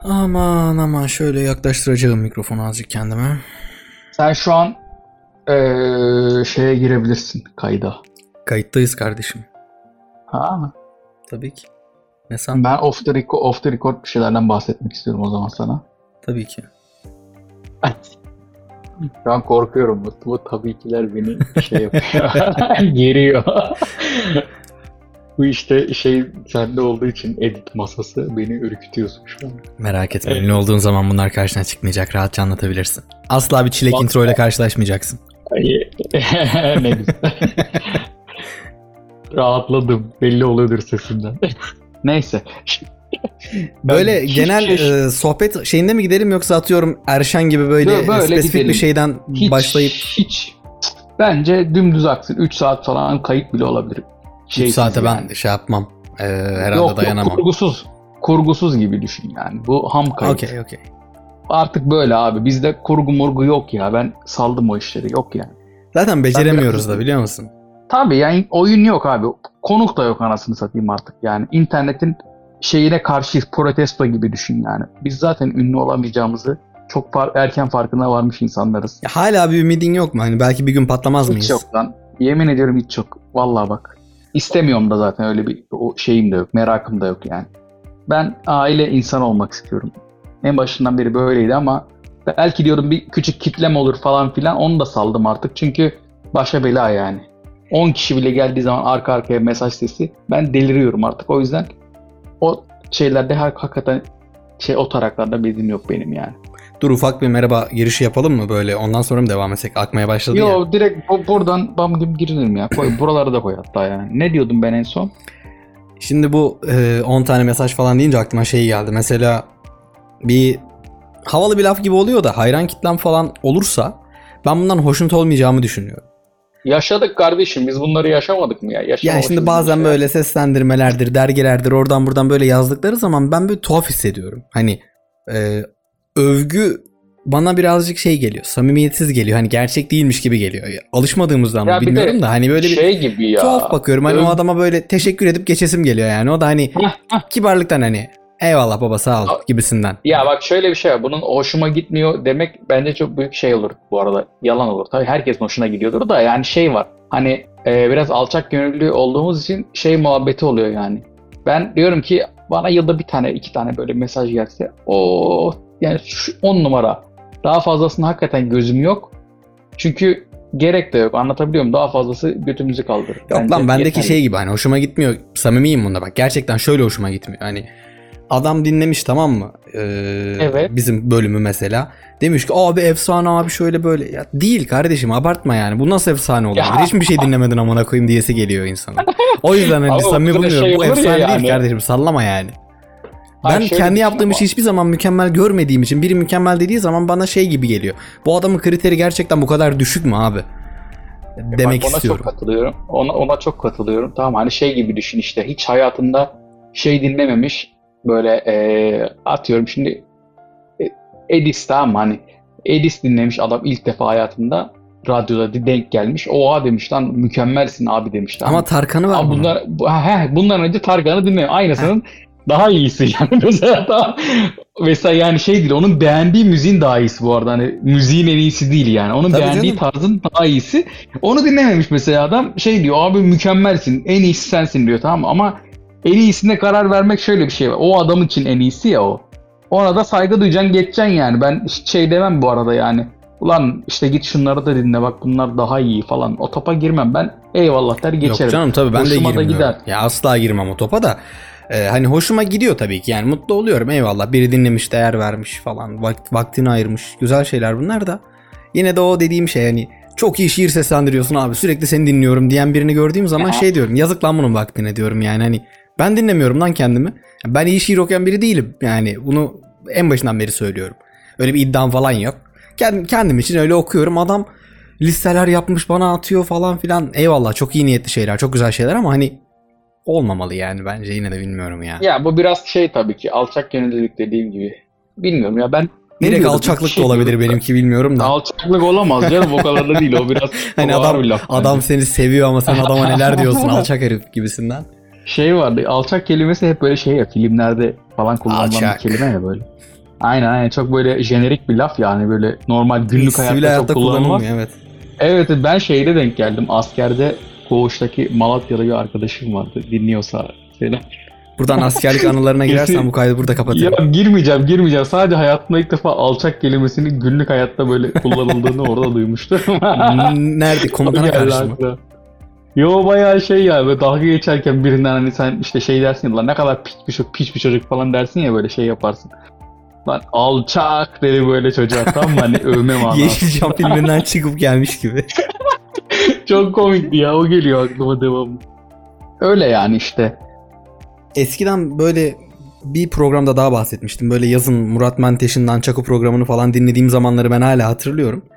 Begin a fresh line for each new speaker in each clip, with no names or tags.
Aman aman şöyle yaklaştıracağım mikrofonu azıcık kendime.
Sen şu an şeye girebilirsin kayda.
Kayıttayız kardeşim.
Ha?
Tabii ki. Ne sandın?
Ben off the record bir şeylerden bahsetmek istiyorum o zaman sana.
Tabii ki.
Şu an korkuyorum. Bu tabii kiler beni şey yapıyor. Geriyor. Bu işte şey sende olduğu için edit masası beni ürkütüyorsun şu an.
Merak etme. Ünlü olduğun zaman bunlar karşına çıkmayacak. Rahatça anlatabilirsin. Asla bir çilek intro ile karşılaşmayacaksın.
Ne güzel. Rahatladım. Belli oluyordur sesimden. Neyse.
Böyle
Ben
genel sohbet şeyinde mi gidelim yoksa atıyorum Erşen gibi böyle spesifik
gidelim.
bir şeyden başlayıp
Hiç. Bence dümdüz aksın. 3 saat falan kayıt bile olabilir.
3 saate ben şey yapmam. Herhalde
Yok,
dayanamam.
kurgusuz gibi düşün yani. Bu ham kayıt.
Okey.
Artık böyle abi. Bizde kurgu murgu yok ya. Ben saldım o işleri. Yok yani.
Zaten beceremiyoruz da biliyor musun?
Tabii yani oyun yok abi. Konuk da yok anasını satayım artık yani. İnternetin şeyine karşı protesto gibi düşün yani. Biz zaten ünlü olamayacağımızı çok erken farkına varmış insanlarız.
Ya hala bir ümidin yok mu? Hani belki bir gün patlamaz mıyız?
Hiç yok lan. Yemin ediyorum hiç yok. Vallahi bak. İstemiyorum da zaten öyle bir şeyim de yok. Merakım da yok yani. Ben aile insan olmak istiyorum. En başından beri böyleydi ama belki diyorum bir küçük kitlem olur falan filan, onu da saldım artık. Çünkü başa bela yani. 10 kişi bile geldiği zaman arka arkaya mesaj sesi, ben deliriyorum artık. O yüzden o şeylerde hakikaten o taraklarda bezim yok benim yani.
Dur ufak bir merhaba girişi yapalım mı böyle? Ondan sonra mı devam etsek? Akmaya başladı ya.
Yo direkt buradan bam gibi girelim ya. Koy, buraları da koy hatta yani. Ne diyordum ben en son?
Şimdi bu 10 tane mesaj falan deyince aklıma şey geldi. Mesela bir havalı bir laf gibi oluyor da hayran kitlem falan olursa ben bundan hoşnut olmayacağımı düşünüyorum.
Yaşadık kardeşim. Biz bunları yaşamadık mı ya?
Yani şimdi bazen böyle seslendirmelerdir, dergilerdir, oradan buradan böyle yazdıkları zaman ben böyle tuhaf hissediyorum. Hani övgü bana birazcık şey geliyor, samimiyetsiz geliyor. Hani gerçek değilmiş gibi geliyor. Alışmadığımızdan mı bilmiyorum da hani böyle
şey gibi ya.
tuhaf bakıyorum. Hani o adama böyle teşekkür edip geçesim geliyor yani. O da hani kibarlıktan hani eyvallah baba sağ ol gibisinden.
Ya bak şöyle bir şey var. Bunun hoşuma gitmiyor demek bence çok büyük şey olur bu arada. Yalan olur. Tabii herkesin hoşuna gidiyordur da yani şey var. Hani biraz alçak gönüllü olduğumuz için şey muhabbeti oluyor yani. Ben diyorum ki bana yılda bir tane iki tane böyle mesaj gelse o yani 10 numara. Daha fazlasına hakikaten gözüm yok. Çünkü gerek de yok. Anlatabiliyor muyum? Daha fazlası götümüzü kaldırır.
Yok
bence
lan bendeki
yeterli.
şey gibi hani hoşuma gitmiyor. Samimiyim bunda bak. Gerçekten şöyle hoşuma gitmiyor. Hani adam dinlemiş tamam mı?
Evet.
Bizim bölümü mesela. Demiş ki abi efsane abi şöyle böyle. Ya değil kardeşim abartma yani. Bu nasıl efsane olabilir? Hiçbir şey dinlemedin amına koyayım diyesi geliyor insana. O yüzden hani samimi bulmuyorum. Bu efsane değil kardeşim. Sallama yani. Ben kendi yaptığım işi hiçbir zaman mükemmel görmediğim için biri mükemmel dediği zaman bana şey gibi geliyor. Bu adamın kriteri gerçekten bu kadar düşük mü abi? Demek
ona
istiyorum.
Çok katılıyorum. Ona çok katılıyorum. Tamam hani şey gibi düşün işte. Hiç hayatında şey dinlememiş. Böyle atıyorum şimdi Edis, tamam mı? Hani Edis dinlemiş adam ilk defa hayatında. Radyoda denk gelmiş. Oha demiş lan mükemmelsin abi demiş. Tamam.
Ama Tarkan'ı var
bundan önce Tarkan'ı dinle. Aynısının daha iyisi yani mesela yani şey değil, onun beğendiği müziğin daha iyisi bu arada, hani müziğin en iyisi değil yani, onun
Tabii
beğendiği
canım.
tarzın daha iyisi, onu dinlememiş mesela adam, şey diyor abi mükemmelsin, en iyisi sensin diyor, tamam mı? Ama en iyisine karar vermek şöyle bir şey var, o adam için en iyisi ya o, ona da saygı duyacaksın, geçeceksin yani. Ben hiç şey demem bu arada yani, ulan işte git şunları da dinle bak bunlar daha iyi falan, o topa girmem ben, eyvallah der geçerim.
Yok canım tabii ben
hoşuma
de girmiyorum.
gider.
Ya asla girmem o topa da. Hani hoşuma gidiyor tabii ki yani mutlu oluyorum eyvallah, biri dinlemiş değer vermiş falan, vaktini ayırmış, güzel şeyler bunlar da. Yine de o dediğim şey, hani çok iyi şiir seslendiriyorsun abi sürekli seni dinliyorum diyen birini gördüğüm zaman şey diyorum, yazık lan bunun vaktine diyorum yani. Hani ben dinlemiyorum lan kendimi, ben iyi şiir okuyan biri değilim yani, bunu en başından beri söylüyorum, öyle bir iddiam falan yok, kendim için öyle okuyorum. Adam listeler yapmış bana atıyor falan filan, eyvallah çok iyi niyetli şeyler, çok güzel şeyler ama hani olmamalı yani bence, yine de bilmiyorum ya.
Ya bu biraz şey tabii ki, alçak gönüllülük dediğim gibi. Bilmiyorum ya, ben
direkt alçaklık da olabilir benimki, bilmiyorum da.
Alçaklık olamaz canım, o kadar da değil, o biraz
hani adam seni seviyor ama sen adama neler diyorsun alçak herif gibisinden.
Şey vardı, alçak kelimesi hep böyle şey ya, filmlerde falan kullanılan bir kelime ya böyle. Aynen çok böyle jenerik bir laf yani, böyle normal günlük
Sivil
hayatta
hayatta
çok kullanılmaz.
kullanılmıyor, evet.
Evet, ben şeyde denk geldim. Askerde Koğuş'taki Malatyalı bir arkadaşım vardı. Dinliyorsa selam.
Buradan askerlik anılarına girersen bu kaydı burada
Ya
kapatırım.
girmeyeceğim. Sadece hayatımda ilk defa alçak kelimesinin günlük hayatta böyle kullanıldığını orada duymuştum.
Nerede?
O
Komutana
geldi
karşı mı?
aklıma. Yo bayağı şey ya, böyle dalga geçerken birinden hani sen işte şey dersin ya, lan ne kadar piç bir çocuk falan dersin ya, böyle şey yaparsın. Lan alçak dedi böyle çocuğa, tam mı hani övme manası.
Yeşilçam filminden çıkıp gelmiş gibi.
Çok komikti ya, o geliyor aklıma devamlı. Öyle yani işte.
Eskiden böyle bir programda daha bahsetmiştim. Böyle yazın Murat Menteş'in Nunchaku programını falan dinlediğim zamanları ben hala hatırlıyorum.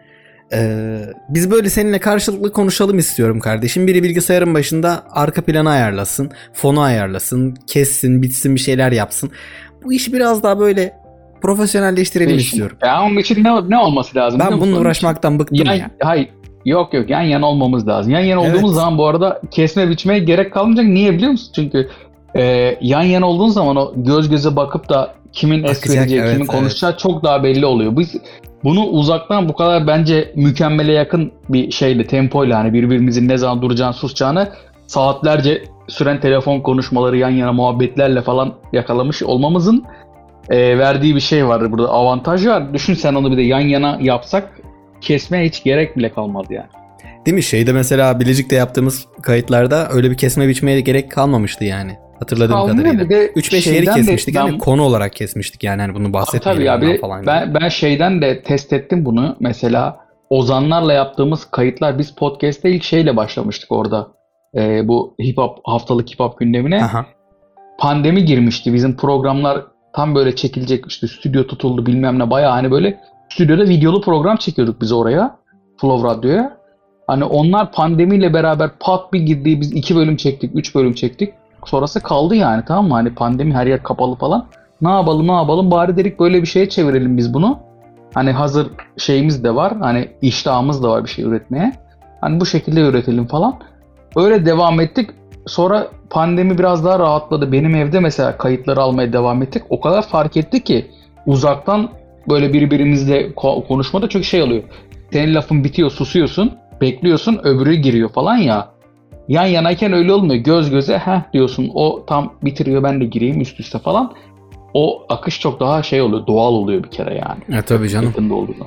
Biz böyle seninle karşılıklı konuşalım istiyorum kardeşim. Biri bilgisayarın başında arka planı ayarlasın, fonu ayarlasın, kessin, bitsin, bir şeyler yapsın. Bu işi biraz daha böyle profesyonelleştirelim istiyorum.
Ya onun için ne olması lazım?
Ben bununla uğraşmaktan bıktım ya.
Hayır. Yok yan yana olmamız lazım. Yan yana olduğumuz
Evet.
zaman bu arada kesme biçmeye gerek kalmayacak. Niye biliyor musun? Çünkü yan yana olduğun zaman o göz göze bakıp da kimin es
Akacak,
vereceği,
evet,
kimin konuşacağı çok daha belli oluyor. Biz bunu uzaktan bu kadar bence mükemmele yakın bir şeyle, tempoyla, hani birbirimizin ne zaman duracağını, susacağını saatlerce süren telefon konuşmaları, yan yana muhabbetlerle falan yakalamış olmamızın verdiği bir şey var burada, avantaj var. Düşün sen onu bir de yan yana yapsak, kesmeye hiç gerek bile kalmadı yani.
Değil mi? Şeyde mesela Bilecik'te yaptığımız kayıtlarda öyle bir kesme biçmeye gerek kalmamıştı yani. Hatırladığım
Kalmıyor,
kadarıyla.
bir de
3-5 yeri
şeyden de
kesmiştik
ben-
yani konu olarak kesmiştik yani hani bunu
Tabii
bahsetmeyelim
ya,
bundan
bir
falan.
ben şeyden de test ettim bunu. Mesela Ozanlarla yaptığımız kayıtlar, biz podcast'te ilk şeyle başlamıştık orada. Bu haftalık hip hop gündemine.
Aha.
Pandemi girmişti. Bizim programlar tam böyle çekilecek, işte stüdyo tutuldu bilmem ne, bayağı hani böyle stüdyoda videolu program çekiyorduk biz oraya. Flow Radyo'ya. Hani onlar pandemiyle beraber pat bir girdi. Biz 2 bölüm çektik, 3 bölüm çektik. Sonrası kaldı yani, tamam mı? Hani pandemi, her yer kapalı falan. Ne yapalım bari dedik böyle bir şeye çevirelim biz bunu. Hani hazır şeyimiz de var. Hani iştahımız da var bir şey üretmeye. Hani bu şekilde üretelim falan. Öyle devam ettik. Sonra pandemi biraz daha rahatladı. Benim evde mesela kayıtları almaya devam ettik. O kadar fark etti ki uzaktan böyle birbirimizle konuşmada çok şey oluyor. Senin lafın bitiyor, susuyorsun, bekliyorsun, öbürü giriyor falan ya. Yan yanayken öyle olmuyor. Göz göze diyorsun, o tam bitiriyor, ben de gireyim üst üste falan. O akış çok daha şey oluyor, doğal oluyor bir kere yani.
Ya tabii canım.
Yakında olduğunda.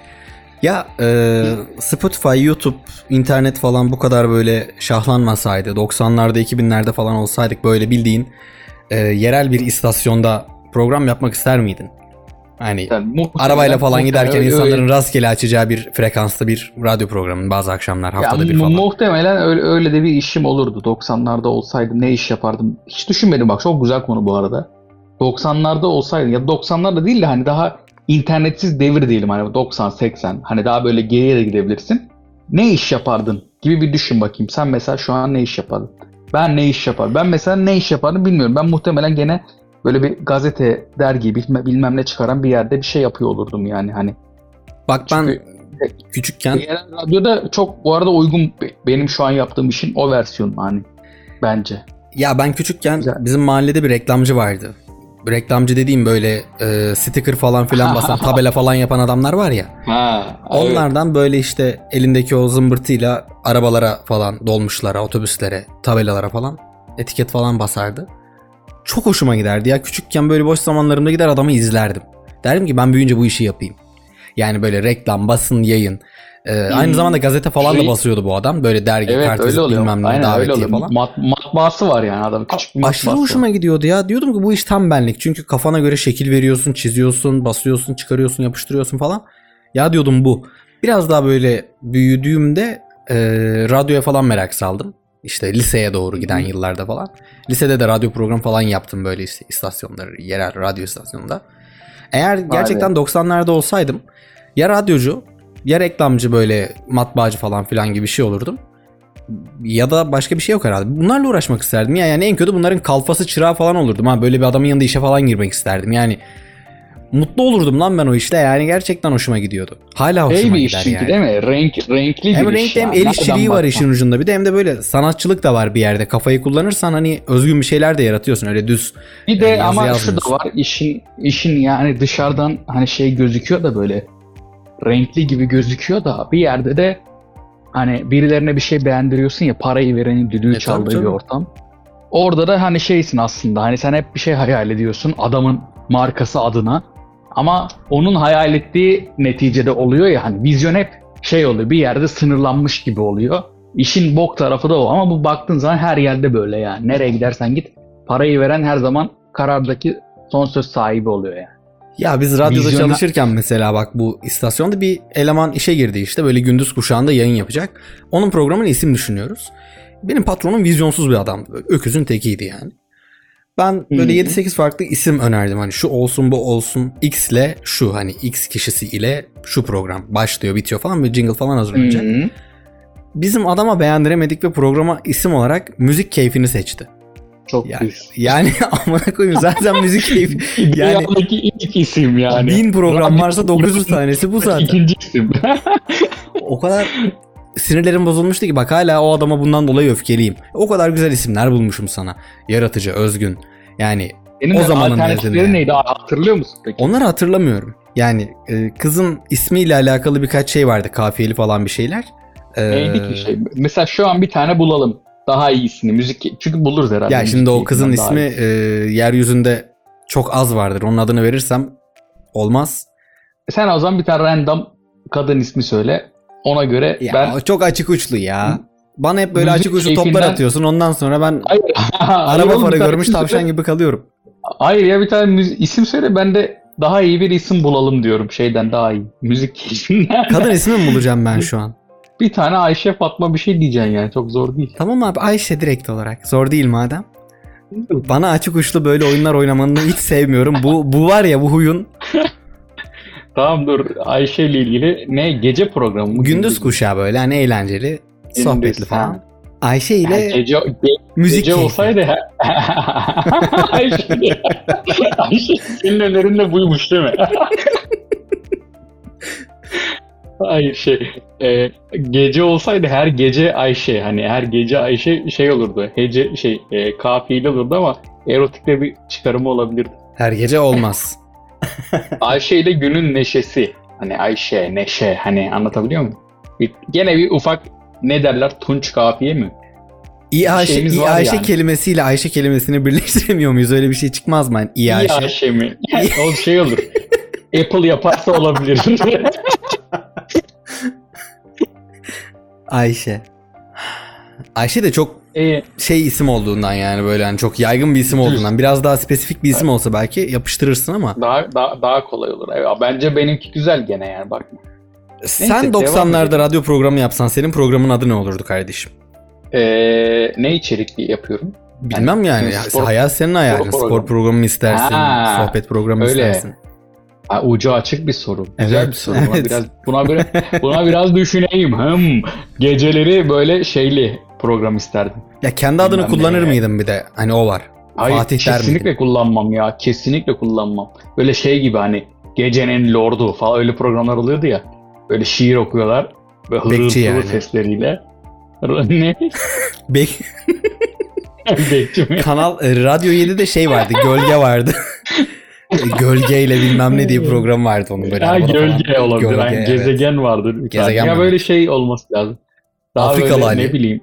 Ya Spotify, YouTube, internet falan bu kadar böyle şahlanmasaydı, 90'larda 2000'lerde falan olsaydık böyle bildiğin yerel bir istasyonda program yapmak ister miydin? Hani
Yani
arabayla falan giderken
öyle-
insanların rastgele açacağı bir frekansta bir radyo programı bazı akşamlar, haftada
Ya
bir falan.
muhtemelen öyle de bir işim olurdu. 90'larda olsaydım ne iş yapardım? Hiç düşünmedim, bak çok güzel konu bu arada. 90'larda olsaydım, ya 90'larda değil de hani daha internetsiz devir diyelim, hani 90-80, hani daha böyle geriye de gidebilirsin. Ne iş yapardın gibi bir düşün bakayım. Sen mesela şu an ne iş yapardın? Ben ne iş yapardım? Ben mesela ne iş yapardım bilmiyorum. Ben muhtemelen gene böyle bir gazete, dergi, bilmem ne çıkaran bir yerde bir şey yapıyor olurdum yani hani.
Bak ben
Çünkü
küçükken
yerel radyoda çok bu arada uygun benim şu an yaptığım işin o versiyonu hani, bence.
Ya ben küçükken
Güzel.
bizim mahallede bir reklamcı vardı. Reklamcı dediğim böyle sticker falan filan basan, tabela falan yapan adamlar var ya. Onlardan böyle işte elindeki o zımbırtıyla arabalara falan, dolmuşlara, otobüslere, tabelalara falan etiket falan basardı. Çok hoşuma giderdi ya. Küçükken böyle boş zamanlarımda gider adamı izlerdim. Derdim ki ben büyüyünce bu işi yapayım. Yani böyle reklam, basın, yayın. Aynı zamanda gazete falan da basıyordu bu adam. Böyle dergi,
Evet, öyle
kartvizit,
oluyor.
bilmem ne,
Aynen öyle
davetiye
oluyor.
falan.
Matbaası var yani adam. Küçük bir
Aşırı
matbaası
hoşuma
var.
gidiyordu ya. Diyordum ki bu iş tam benlik. Çünkü kafana göre şekil veriyorsun, çiziyorsun, basıyorsun, çıkarıyorsun, yapıştırıyorsun falan. Ya diyordum bu. Biraz daha böyle büyüdüğümde radyoya falan merak saldım. İşte liseye doğru giden yıllarda falan. Lisede de radyo program falan yaptım böyle işte istasyonları, yerel radyo istasyonunda. Eğer gerçekten 90'larda olsaydım ya radyocu ya reklamcı, böyle matbaacı falan filan gibi bir şey olurdum. Ya da başka bir şey yok herhalde. Bunlarla uğraşmak isterdim ya. Yani en kötü bunların kalfası çırağı falan olurdum. Ha, böyle bir adamın yanında işe falan girmek isterdim. Yani mutlu olurdum lan ben o işle, yani gerçekten hoşuma gidiyordu. Hala hoşuma
Bir
gider
iş çünkü
yani.
değil mi? Renkli
Hem
bir iş
renkli hem
yani.
el
Nereden
işçiliği var
baksan.
işin ucunda, bir de hem de böyle sanatçılık da var bir yerde. Kafayı kullanırsan hani özgün bir şeyler de yaratıyorsun, öyle düz
Bir de
yazı
ama şu da
yazmıyorsun.
var, işin yani dışarıdan hani şey gözüküyor da böyle renkli gibi gözüküyor da bir yerde de hani birilerine bir şey beğendiriyorsun ya, parayı verenin düdüğü
tabii,
çaldığı
tabii.
bir ortam. Orada da hani şeysin aslında, hani sen hep bir şey hayal ediyorsun adamın markası adına, ama onun hayal ettiği neticede oluyor ya, hani vizyon hep şey oluyor, bir yerde sınırlanmış gibi oluyor. İşin bok tarafı da o, ama bu baktığın zaman her yerde böyle yani. Nereye gidersen git parayı veren her zaman karardaki son söz sahibi oluyor yani.
Ya biz radyoda
Vizyona-
çalışırken mesela bak, bu istasyonda bir eleman işe girdi, işte böyle gündüz kuşağında yayın yapacak. Onun programına isim düşünüyoruz. Benim patronum vizyonsuz bir adam. Öküzün tekiydi yani. Ben böyle 7-8 farklı isim önerdim. Hani şu olsun, bu olsun, X ile şu, hani X kişisi ile şu program başlıyor bitiyor falan, bir jingle falan hazırlanacak.
Hı.
Bizim adama beğendiremedik ve programa isim olarak müzik keyfini seçti.
Çok
Yani,
düz.
yani amına koyayım, zaten müzik keyfi yani
Dünyadaki ilk isim yani.
1000 program
Radyo-
varsa 900 tanesi bu zaten.
İkinci isim.
O kadar sinirlerim bozulmuştu ki bak, hala o adama bundan dolayı öfkeliyim. O kadar güzel isimler bulmuşum sana. Yaratıcı, özgün. Yani
Senin
o
de
zamanın
alternatifleri
nezdinde.
neydi? Hatırlıyor musun peki?
Onları hatırlamıyorum. Yani kızın ismiyle alakalı birkaç şey vardı. Kafiyeli falan bir şeyler.
Neydi ki şey? Mesela şu an bir tane bulalım. Daha iyisini. Müzik. Çünkü buluruz herhalde.
Ya
müzik
şimdi o kızın
keyfinden daha
ismi
iyi.
yeryüzünde çok az vardır. Onun adını verirsem olmaz.
Sen o zaman bir tane random kadın ismi söyle. Ona göre
Ya
ben...
o çok açık uçlu ya. Bana hep böyle
Müzik
açık uçlu toplar
keyfinden-
atıyorsun. Ondan sonra ben
Hayır.
araba
Hayır,
farı
bir tane
görmüş
isim
tavşan
söyle.
gibi kalıyorum.
Hayır ya, bir tane isim söyle. Ben de daha iyi bir isim bulalım diyorum. Şeyden daha iyi. Müzik keyfinden.
Kadın ismi mi bulacağım ben şu an?
Bir tane Ayşe, Fatma bir şey diyeceksin yani. Çok zor değil.
Tamam abi, Ayşe direkt olarak. Zor değil madem. Bana açık uçlu böyle oyunlar oynamanı hiç sevmiyorum. Bu var ya, bu huyun.
Tamam, dur. Ayşe ile ilgili ne? Gece programı mı?
Gündüz kuşağı böyle hani eğlenceli, sohbetli falan.
ha.
Ayşe
Ha,
ile
gece
müzik
gece
keyfi.
olsaydı Ayşe senin önerin de buymuş değil mi? Hayır gece olsaydı her gece Ayşe, hani her gece Ayşe şey olurdu, hece kafiyeli olurdu ama erotikte bir çıkarımı olabilirdi.
Her gece olmaz.
Ayşe ile günün neşesi, hani Ayşe neşe, hani anlatabiliyor muyum? Gene bir ufak, ne derler, tunç kafiye mi?
İyi Ayşe,
şeyimiz
iyi
var
Ayşe
yani.
kelimesiyle Ayşe kelimesini birleştiremiyor muyuz? Öyle bir şey çıkmaz mı? Yani iyi
İyi
Ayşe.
Ayşe mi? O şey olur. Apple yaparsa olabilir.
Ayşe. Ayşe de çok şey isim olduğundan, yani böyle hani çok yaygın bir isim olduğundan, biraz daha spesifik bir isim olsa belki yapıştırırsın ama
daha kolay olur. Evet, bence benimki güzel gene yani, bakma.
sen
devam
90'larda
edelim.
radyo programı yapsan senin programın adı ne olurdu kardeşim?
Ne içerikli yapıyorum?
Bilmem yani.
spor-
Hayat senin hayalin.
spor
Spor
programı.
programı mı istersin?
Ha,
Sohbet programı
öyle.
istersin?
Ha, ucu açık bir soru. Güzel
Evet,
bir soru.
evet.
Buna biraz düşüneyim. Geceleri böyle şeyli program isterdim.
Ya kendi adını
Bilmem
kullanır
ne.
mıydın bir de? Hani o var.
Hayır,
Fatih der
kesinlikle
miydin?
kullanmam ya. Kesinlikle kullanmam. Böyle şey gibi, hani Gecenin Lordu falan, öyle programlar oluyordu ya. Böyle şiir okuyorlar. Ve
Bekçi
hırıltılı
yani.
sesleriyle. Ne?
Bek
Bekçi mi?
Kanal Radyo 7'de şey vardı. Gölge vardı. Gölgeyle bilmem ne diye bir program vardı onun böyle.
Ha,
arabada
gölge
falan.
olabilir.
Gölge,
Yani
evet.
gezegen vardır. bir tane.
Gezegen
ya
mi?
böyle şey olması lazım. Daha
Afrikalı
böyle,
Ali.
ne bileyim.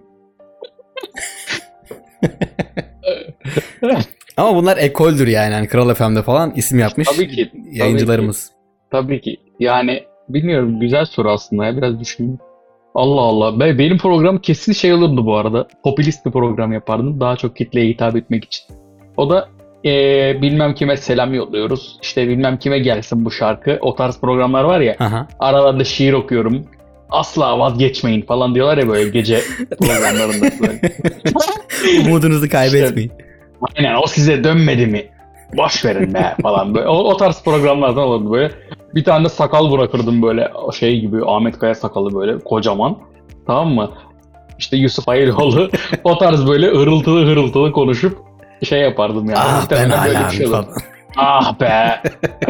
Ama bunlar ekoldür yani. Hani Kral FM'de falan isim yapmış
Tabii ki.
yayıncılarımız.
Tabii ki. Yani bilmiyorum, güzel soru aslında ya. Biraz düşüneyim. Allah Allah. Benim programım kesin şey olurdu bu arada. Popülist bir program yapardım. Daha çok kitleye hitap etmek için. O da bilmem kime selam yolluyoruz. İşte bilmem kime gelsin bu şarkı. O tarz programlar var ya.
Aha.
Aralarda şiir okuyorum. Asla vazgeçmeyin falan diyorlar ya böyle gece programlarında. Böyle.
Umudunuzu kaybetmeyin.
Aynen, o size dönmedi mi? Boş verin be falan böyle. O tarz programlardan olurdu böyle. Bir tane de sakal bırakırdım böyle, şey gibi, Ahmet Kaya sakalı böyle kocaman. Tamam mı? İşte Yusuf Ayıloğlu o tarz böyle hırıltılı konuşup şey yapardım yani.
Ah ben
Muhtemelen böyle bir
hala
şey olurdu.
falan.
Ah be.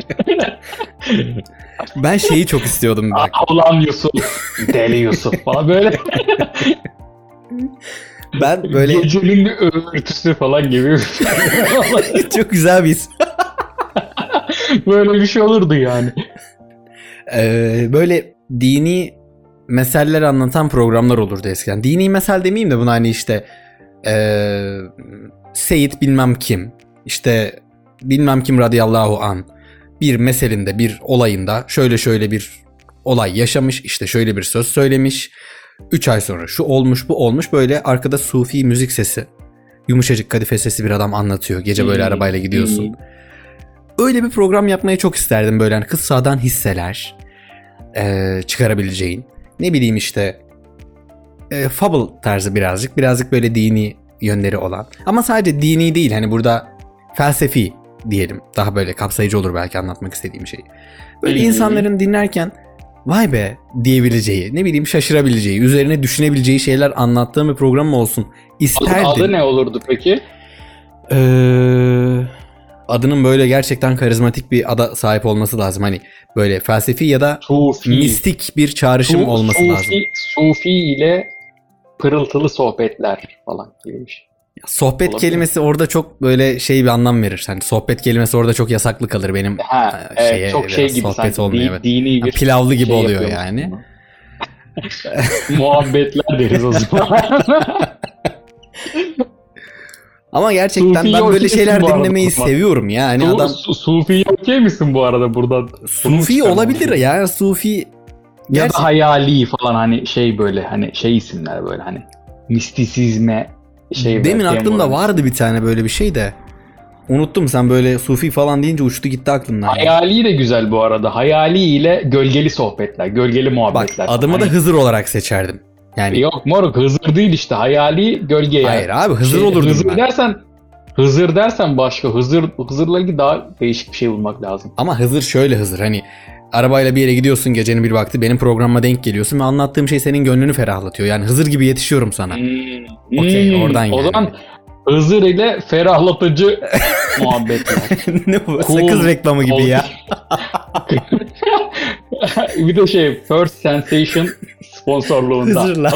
Ben şeyi çok istiyordum bak.
Ah ulan Yusuf. Deli Yusuf falan böyle.
Ben böyle
Gecenin örtüsü falan gibi.
çok güzel bir his.
Böyle bir şey olurdu yani.
Böyle dini meseleler anlatan programlar olurdu eskiden. Dini mesel demeyeyim de buna hani işte Seyit bilmem kim, işte bilmem kim radıyallahu an bir meselinde, bir olayında şöyle şöyle bir olay yaşamış, işte şöyle bir söz söylemiş. 3 ay sonra şu olmuş, bu olmuş, böyle arkada sufi müzik sesi. Yumuşacık kadife sesi bir adam anlatıyor. Gece böyle arabayla gidiyorsun. Öyle bir program yapmayı çok isterdim, böyle hani kıssadan hisseler çıkarabileceğin. Ne bileyim işte fable tarzı birazcık böyle dini yönleri olan. Ama sadece dini değil, hani burada felsefi diyelim. Daha böyle kapsayıcı olur belki anlatmak istediğim şey. Böyle insanların dinlerken vay be diyebileceği, ne bileyim şaşırabileceği, üzerine düşünebileceği şeyler anlattığım bir program mı olsun isterdim.
Adı ne olurdu peki?
Adının böyle gerçekten karizmatik bir ada sahip olması lazım. Hani böyle felsefi ya da mistik bir çağrışım olması lazım.
Sufi ile pırıltılı sohbetler falan gibi bir şey.
Sohbet olabilir. Kelimesi orada çok böyle şey bir anlam verir. Hani sohbet kelimesi orada çok yasaklı kalır benim
evet, çok şey gibi
sohbet olmuyor. Evet.
Dini bir
pilavlı gibi oluyor yani.
Muhabbetler deriz o zaman.
Ama gerçekten Sufi ben böyle şeyler dinlemeyi seviyorum ya. Hani adam
Sufi okey misin bu arada buradan?
Sufi olabilir ya. Sufi
ya da hayali falan, hani şey böyle, hani şey isimler böyle, hani mistisizme şey.
Demin aklımda vardı bir tane böyle bir şey de. Unuttum, sen böyle Sufi falan deyince uçtu gitti aklımdan.
Hayali yani. De güzel bu arada. Hayali ile gölgeli sohbetler, gölgeli muhabbetler.
Bak adımı da Hızır olarak seçerdim. Yani
yok moruk, Hızır değil işte. Hayali gölge yani.
Hayır abi Hızır olurdum ben.
Hızır dersen başka. Hızır'la ilgili daha değişik bir şey bulmak lazım.
Ama Hızır şöyle Hızır, hani arabayla bir yere gidiyorsun gecenin bir vakti, benim programıma denk geliyorsun ve anlattığım şey senin gönlünü ferahlatıyor. Yani Hızır gibi yetişiyorum sana. Okey, oradan yani.
O zaman Hızır ile ferahlatıcı muhabbetler.
Ne bu? Cool. Sakız reklamı gibi ya.
Bir de şey, First Sensation sponsorluğunda.
Hızır'la.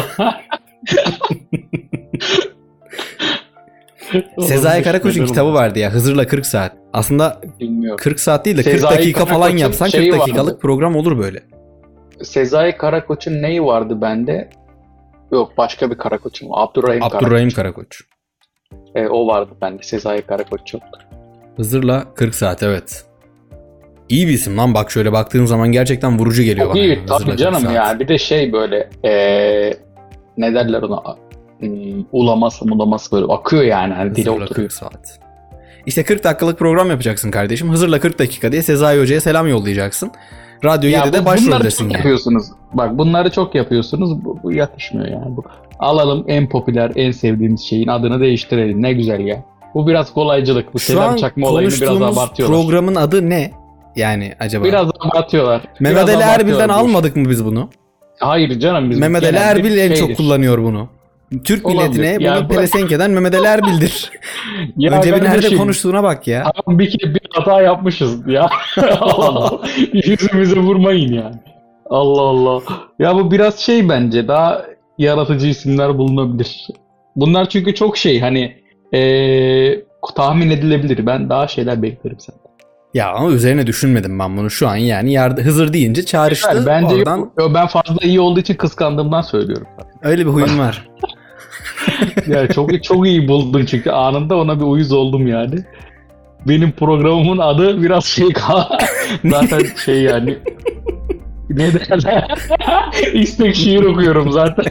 Sezai Karakoç'un kitabı vardı ya, Hızır'la 40 saat. Aslında bilmiyorum. 40 saat değil de 40 dakika falan yapsan 40 dakikalık vardı. Program olur böyle.
Sezai Karakoç'un neyi vardı bende? Yok, başka bir Karakoç'un.
Abdurrahim Karakoç.
O vardı bende. Sezai Karakoç yoktu.
Hızır'la 40 saat, evet. İyi bir isim lan, bak şöyle baktığın zaman gerçekten vurucu geliyor bana.
İyi tabii canım ya. Bir de şey böyle ne derler ona, ulaması böyle akıyor yani. Hani dile oturuyor.
40 saat. İşte 40 dakikalık program yapacaksın kardeşim. Hızır'la 40 dakika diye Sezai Hoca'ya selam yollayacaksın. Radyo 7'de başroldesin yani.
Yapıyorsunuz. Bak bunları çok yapıyorsunuz. Bu yakışmıyor yani. Alalım en popüler, en sevdiğimiz şeyin adını değiştirelim. Ne güzel ya. Bu biraz kolaycılık. Bu selam çakma olayını biraz abartıyorlar.
Programın adı ne? Yani acaba?
Biraz abartıyorlar.
Mehmet Ali Erbil'den almadık mı biz bunu?
Hayır canım. Biz
Mehmet Ali Erbil en çok kullanıyor bunu. Türk milletine bunu pelesenk eden Mehmet Ali Erbil'dir. Önce bir nerede konuştuğuna bak ya.
Tamam, bir hata yapmışız ya. Allah. Yüzümüze vurmayın yani. Allah Allah. Ya bu biraz şey, bence daha yaratıcı isimler bulunabilir. Bunlar çünkü çok şey, hani tahmin edilebilir. Ben daha şeyler beklerim senden.
Ya ama üzerine düşünmedim ben bunu şu an yani. Hızır deyince çağrıştı. Yani
bence
oradan...
ben fazla iyi olduğu için kıskandığımdan söylüyorum.
Öyle bir huyum var.
Yani çok iyi buldun çünkü anında ona bir uyuz oldum yani. Benim programımın adı biraz şey zaten şey yani. Ne derler? İstek şiir okuyorum zaten.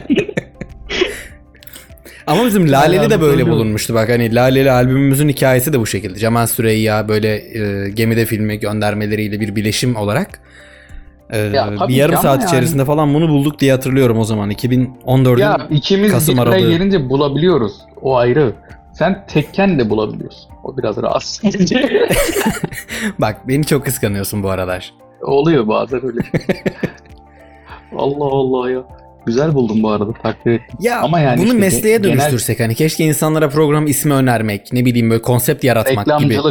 Ama bizim Laleli de böyle bulunmuştu bak, hani Laleli albümümüzün hikayesi de bu şekilde. Cemal Süreyya böyle gemide filmi göndermeleriyle bir bileşim olarak bir yarım saat içerisinde falan bunu bulduk diye hatırlıyorum o zaman. 2014'ün
ya, ikimiz
Kasım aralığı.
gelince bulabiliyoruz. O ayrı. Sen tekken de bulabiliyorsun. O biraz rahatsız edici.
Bak beni çok kıskanıyorsun bu aralar.
Oluyor bazen öyle. Allah Allah ya. Güzel buldum bu arada, takdir ettim.
Ya ama yani bunu işte mesleğe dönüştürsek hani, keşke insanlara program ismi önermek, ne bileyim böyle konsept yaratmak gibi.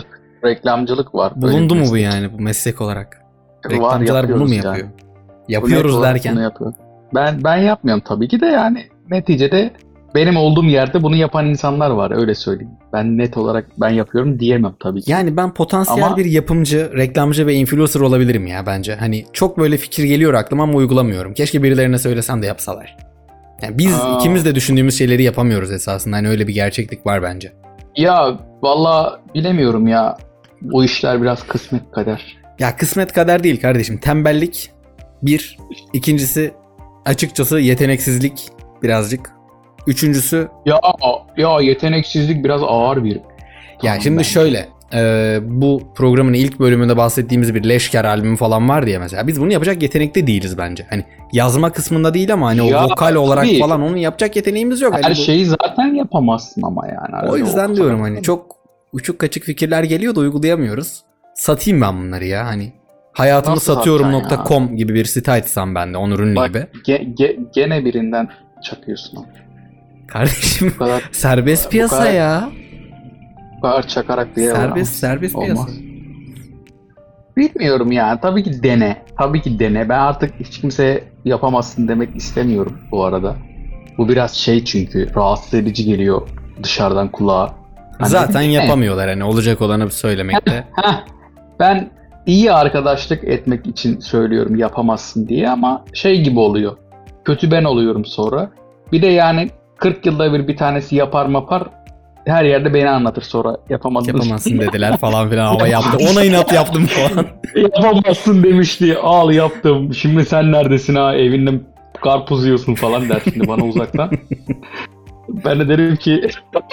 reklamcılık var. Böyle
Bulundu
bir
mu bu
meslek.
yani bu meslek olarak?
Var,
Reklamcılar bunu
yapıyoruz
mu
yani.
yapıyor?
Bu
Yapıyoruz
net olarak
derken.
bunu yapıyor. Ben yapmıyorum tabii ki de, yani neticede benim olduğum yerde bunu yapan insanlar var, öyle söyleyeyim. Ben net olarak ben yapıyorum diyemem tabii ki.
Yani ben potansiyel
Ama-
bir yapımcı, reklamcı ve influencer olabilirim ya bence. Hani çok böyle fikir geliyor aklıma ama uygulamıyorum. Keşke birilerine söylesem de yapsalar. Yani biz ikimiz de düşündüğümüz şeyleri yapamıyoruz esasında. Hani öyle bir gerçeklik var bence.
Ya valla bilemiyorum ya. Bu işler biraz kısmet kader.
Ya kısmet kader değil kardeşim. Tembellik bir. İkincisi açıkçası yeteneksizlik birazcık. Üçüncüsü
Ya yeteneksizlik biraz ağır bir.
ya
tanım
şimdi
bence.
şöyle bu programın ilk bölümünde bahsettiğimiz bir Leşker albümü falan var diye mesela. Biz bunu yapacak yetenekte değiliz bence. Hani yazma kısmında değil ama hani o
Ya,
vokal olarak
tabii.
falan onu yapacak yeteneğimiz yok. Hani
Her
bu-
şeyi zaten yapamazsın ama yani.
o yüzden
kadar
diyorum
da-
hani çok uçuk kaçık fikirler geliyor da uygulayamıyoruz. Satayım ben bunları ya hani. Hayatımı
Nasıl
satıyorum.com gibi bir site açsam ben de Onur Ünlü
Bak
gibi.
gene birinden çakıyorsun abi.
Kardeşim
Bu kadar,
serbest
bu
piyasa
kadar-
ya.
bu kadar çakarak bir yere
Serbest
varamazsın.
piyasa.
Olmaz. Bilmiyorum yani. Tabii ki dene. Tabii ki dene. Ben artık hiç kimseye yapamazsın demek istemiyorum bu arada. Bu biraz şey, çünkü rahatsız edici geliyor dışarıdan kulağa. Hani
Zaten
dene.
yapamıyorlar hani olacak olanı söylemekte.
Heh, ben iyi arkadaşlık etmek için söylüyorum yapamazsın diye, ama şey gibi oluyor. Kötü ben oluyorum sonra. Bir de yani 40 yılda bir tanesi yapar mapar, her yerde beni anlatır sonra yapamadım.
Yapamazsın dediler falan filan ama yaptı. Ona inat yaptım falan.
Yapamazsın demişti. Al yaptım. Şimdi sen neredesin ha? Evinde karpuz yiyorsun falan der şimdi bana uzaktan. Ben de derim ki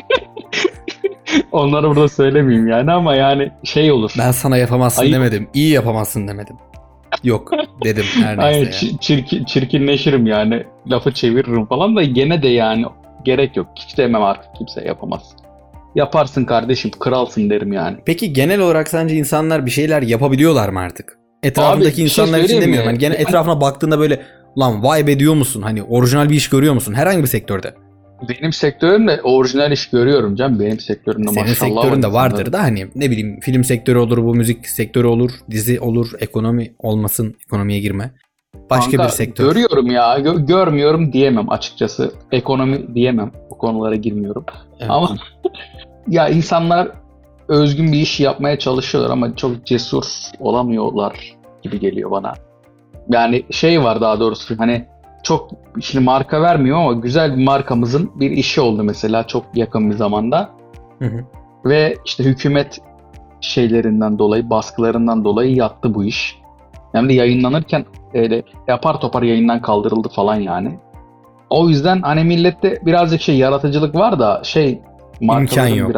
onları burada söylemeyeyim yani, ama yani şey olur.
Ben sana yapamazsın
Ayıp.
demedim. İyi yapamazsın demedim. Yok dedim her neyse
Aynen,
ya.
çirkinleşirim yani. Lafı çeviririm falan da gene de yani gerek yok. Hiç demem artık kimse yapamaz. Yaparsın kardeşim, kralsın derim yani.
Peki genel olarak sence insanlar bir şeyler yapabiliyorlar mı artık? Etrafındaki
Abi, bir şey
insanlar için
söyleyeyim mi?
demiyorum. Hani gene
Ben-
etrafına baktığında böyle lan vay be diyor musun? Hani orijinal bir iş görüyor musun? Herhangi bir sektörde.
Benim sektörümde orijinal iş görüyorum canım. Benim sektörümde
Senin
maşallah var
sektöründe
insanların.
vardır da hani ne bileyim film sektörü olur, bu müzik sektörü olur, dizi olur, ekonomi olmasın, ekonomiye girme. Başka
Kanka,
bir sektör.
görüyorum ya. Görmüyorum diyemem açıkçası. Ekonomi diyemem. O konulara girmiyorum.
Evet.
Ama ya insanlar özgün bir iş yapmaya çalışıyorlar ama çok cesur olamıyorlar gibi geliyor bana. Yani şey var, daha doğrusu hani çok, şimdi marka vermiyor ama güzel bir markamızın bir işi oldu mesela çok yakın bir zamanda.
Hı hı.
Ve işte hükümet şeylerinden dolayı, baskılarından dolayı yattı bu iş. Hem de yayınlanırken öyle yapar topar yayından kaldırıldı falan yani. O yüzden hani millette birazcık şey, yaratıcılık var da şey, markaların
yok.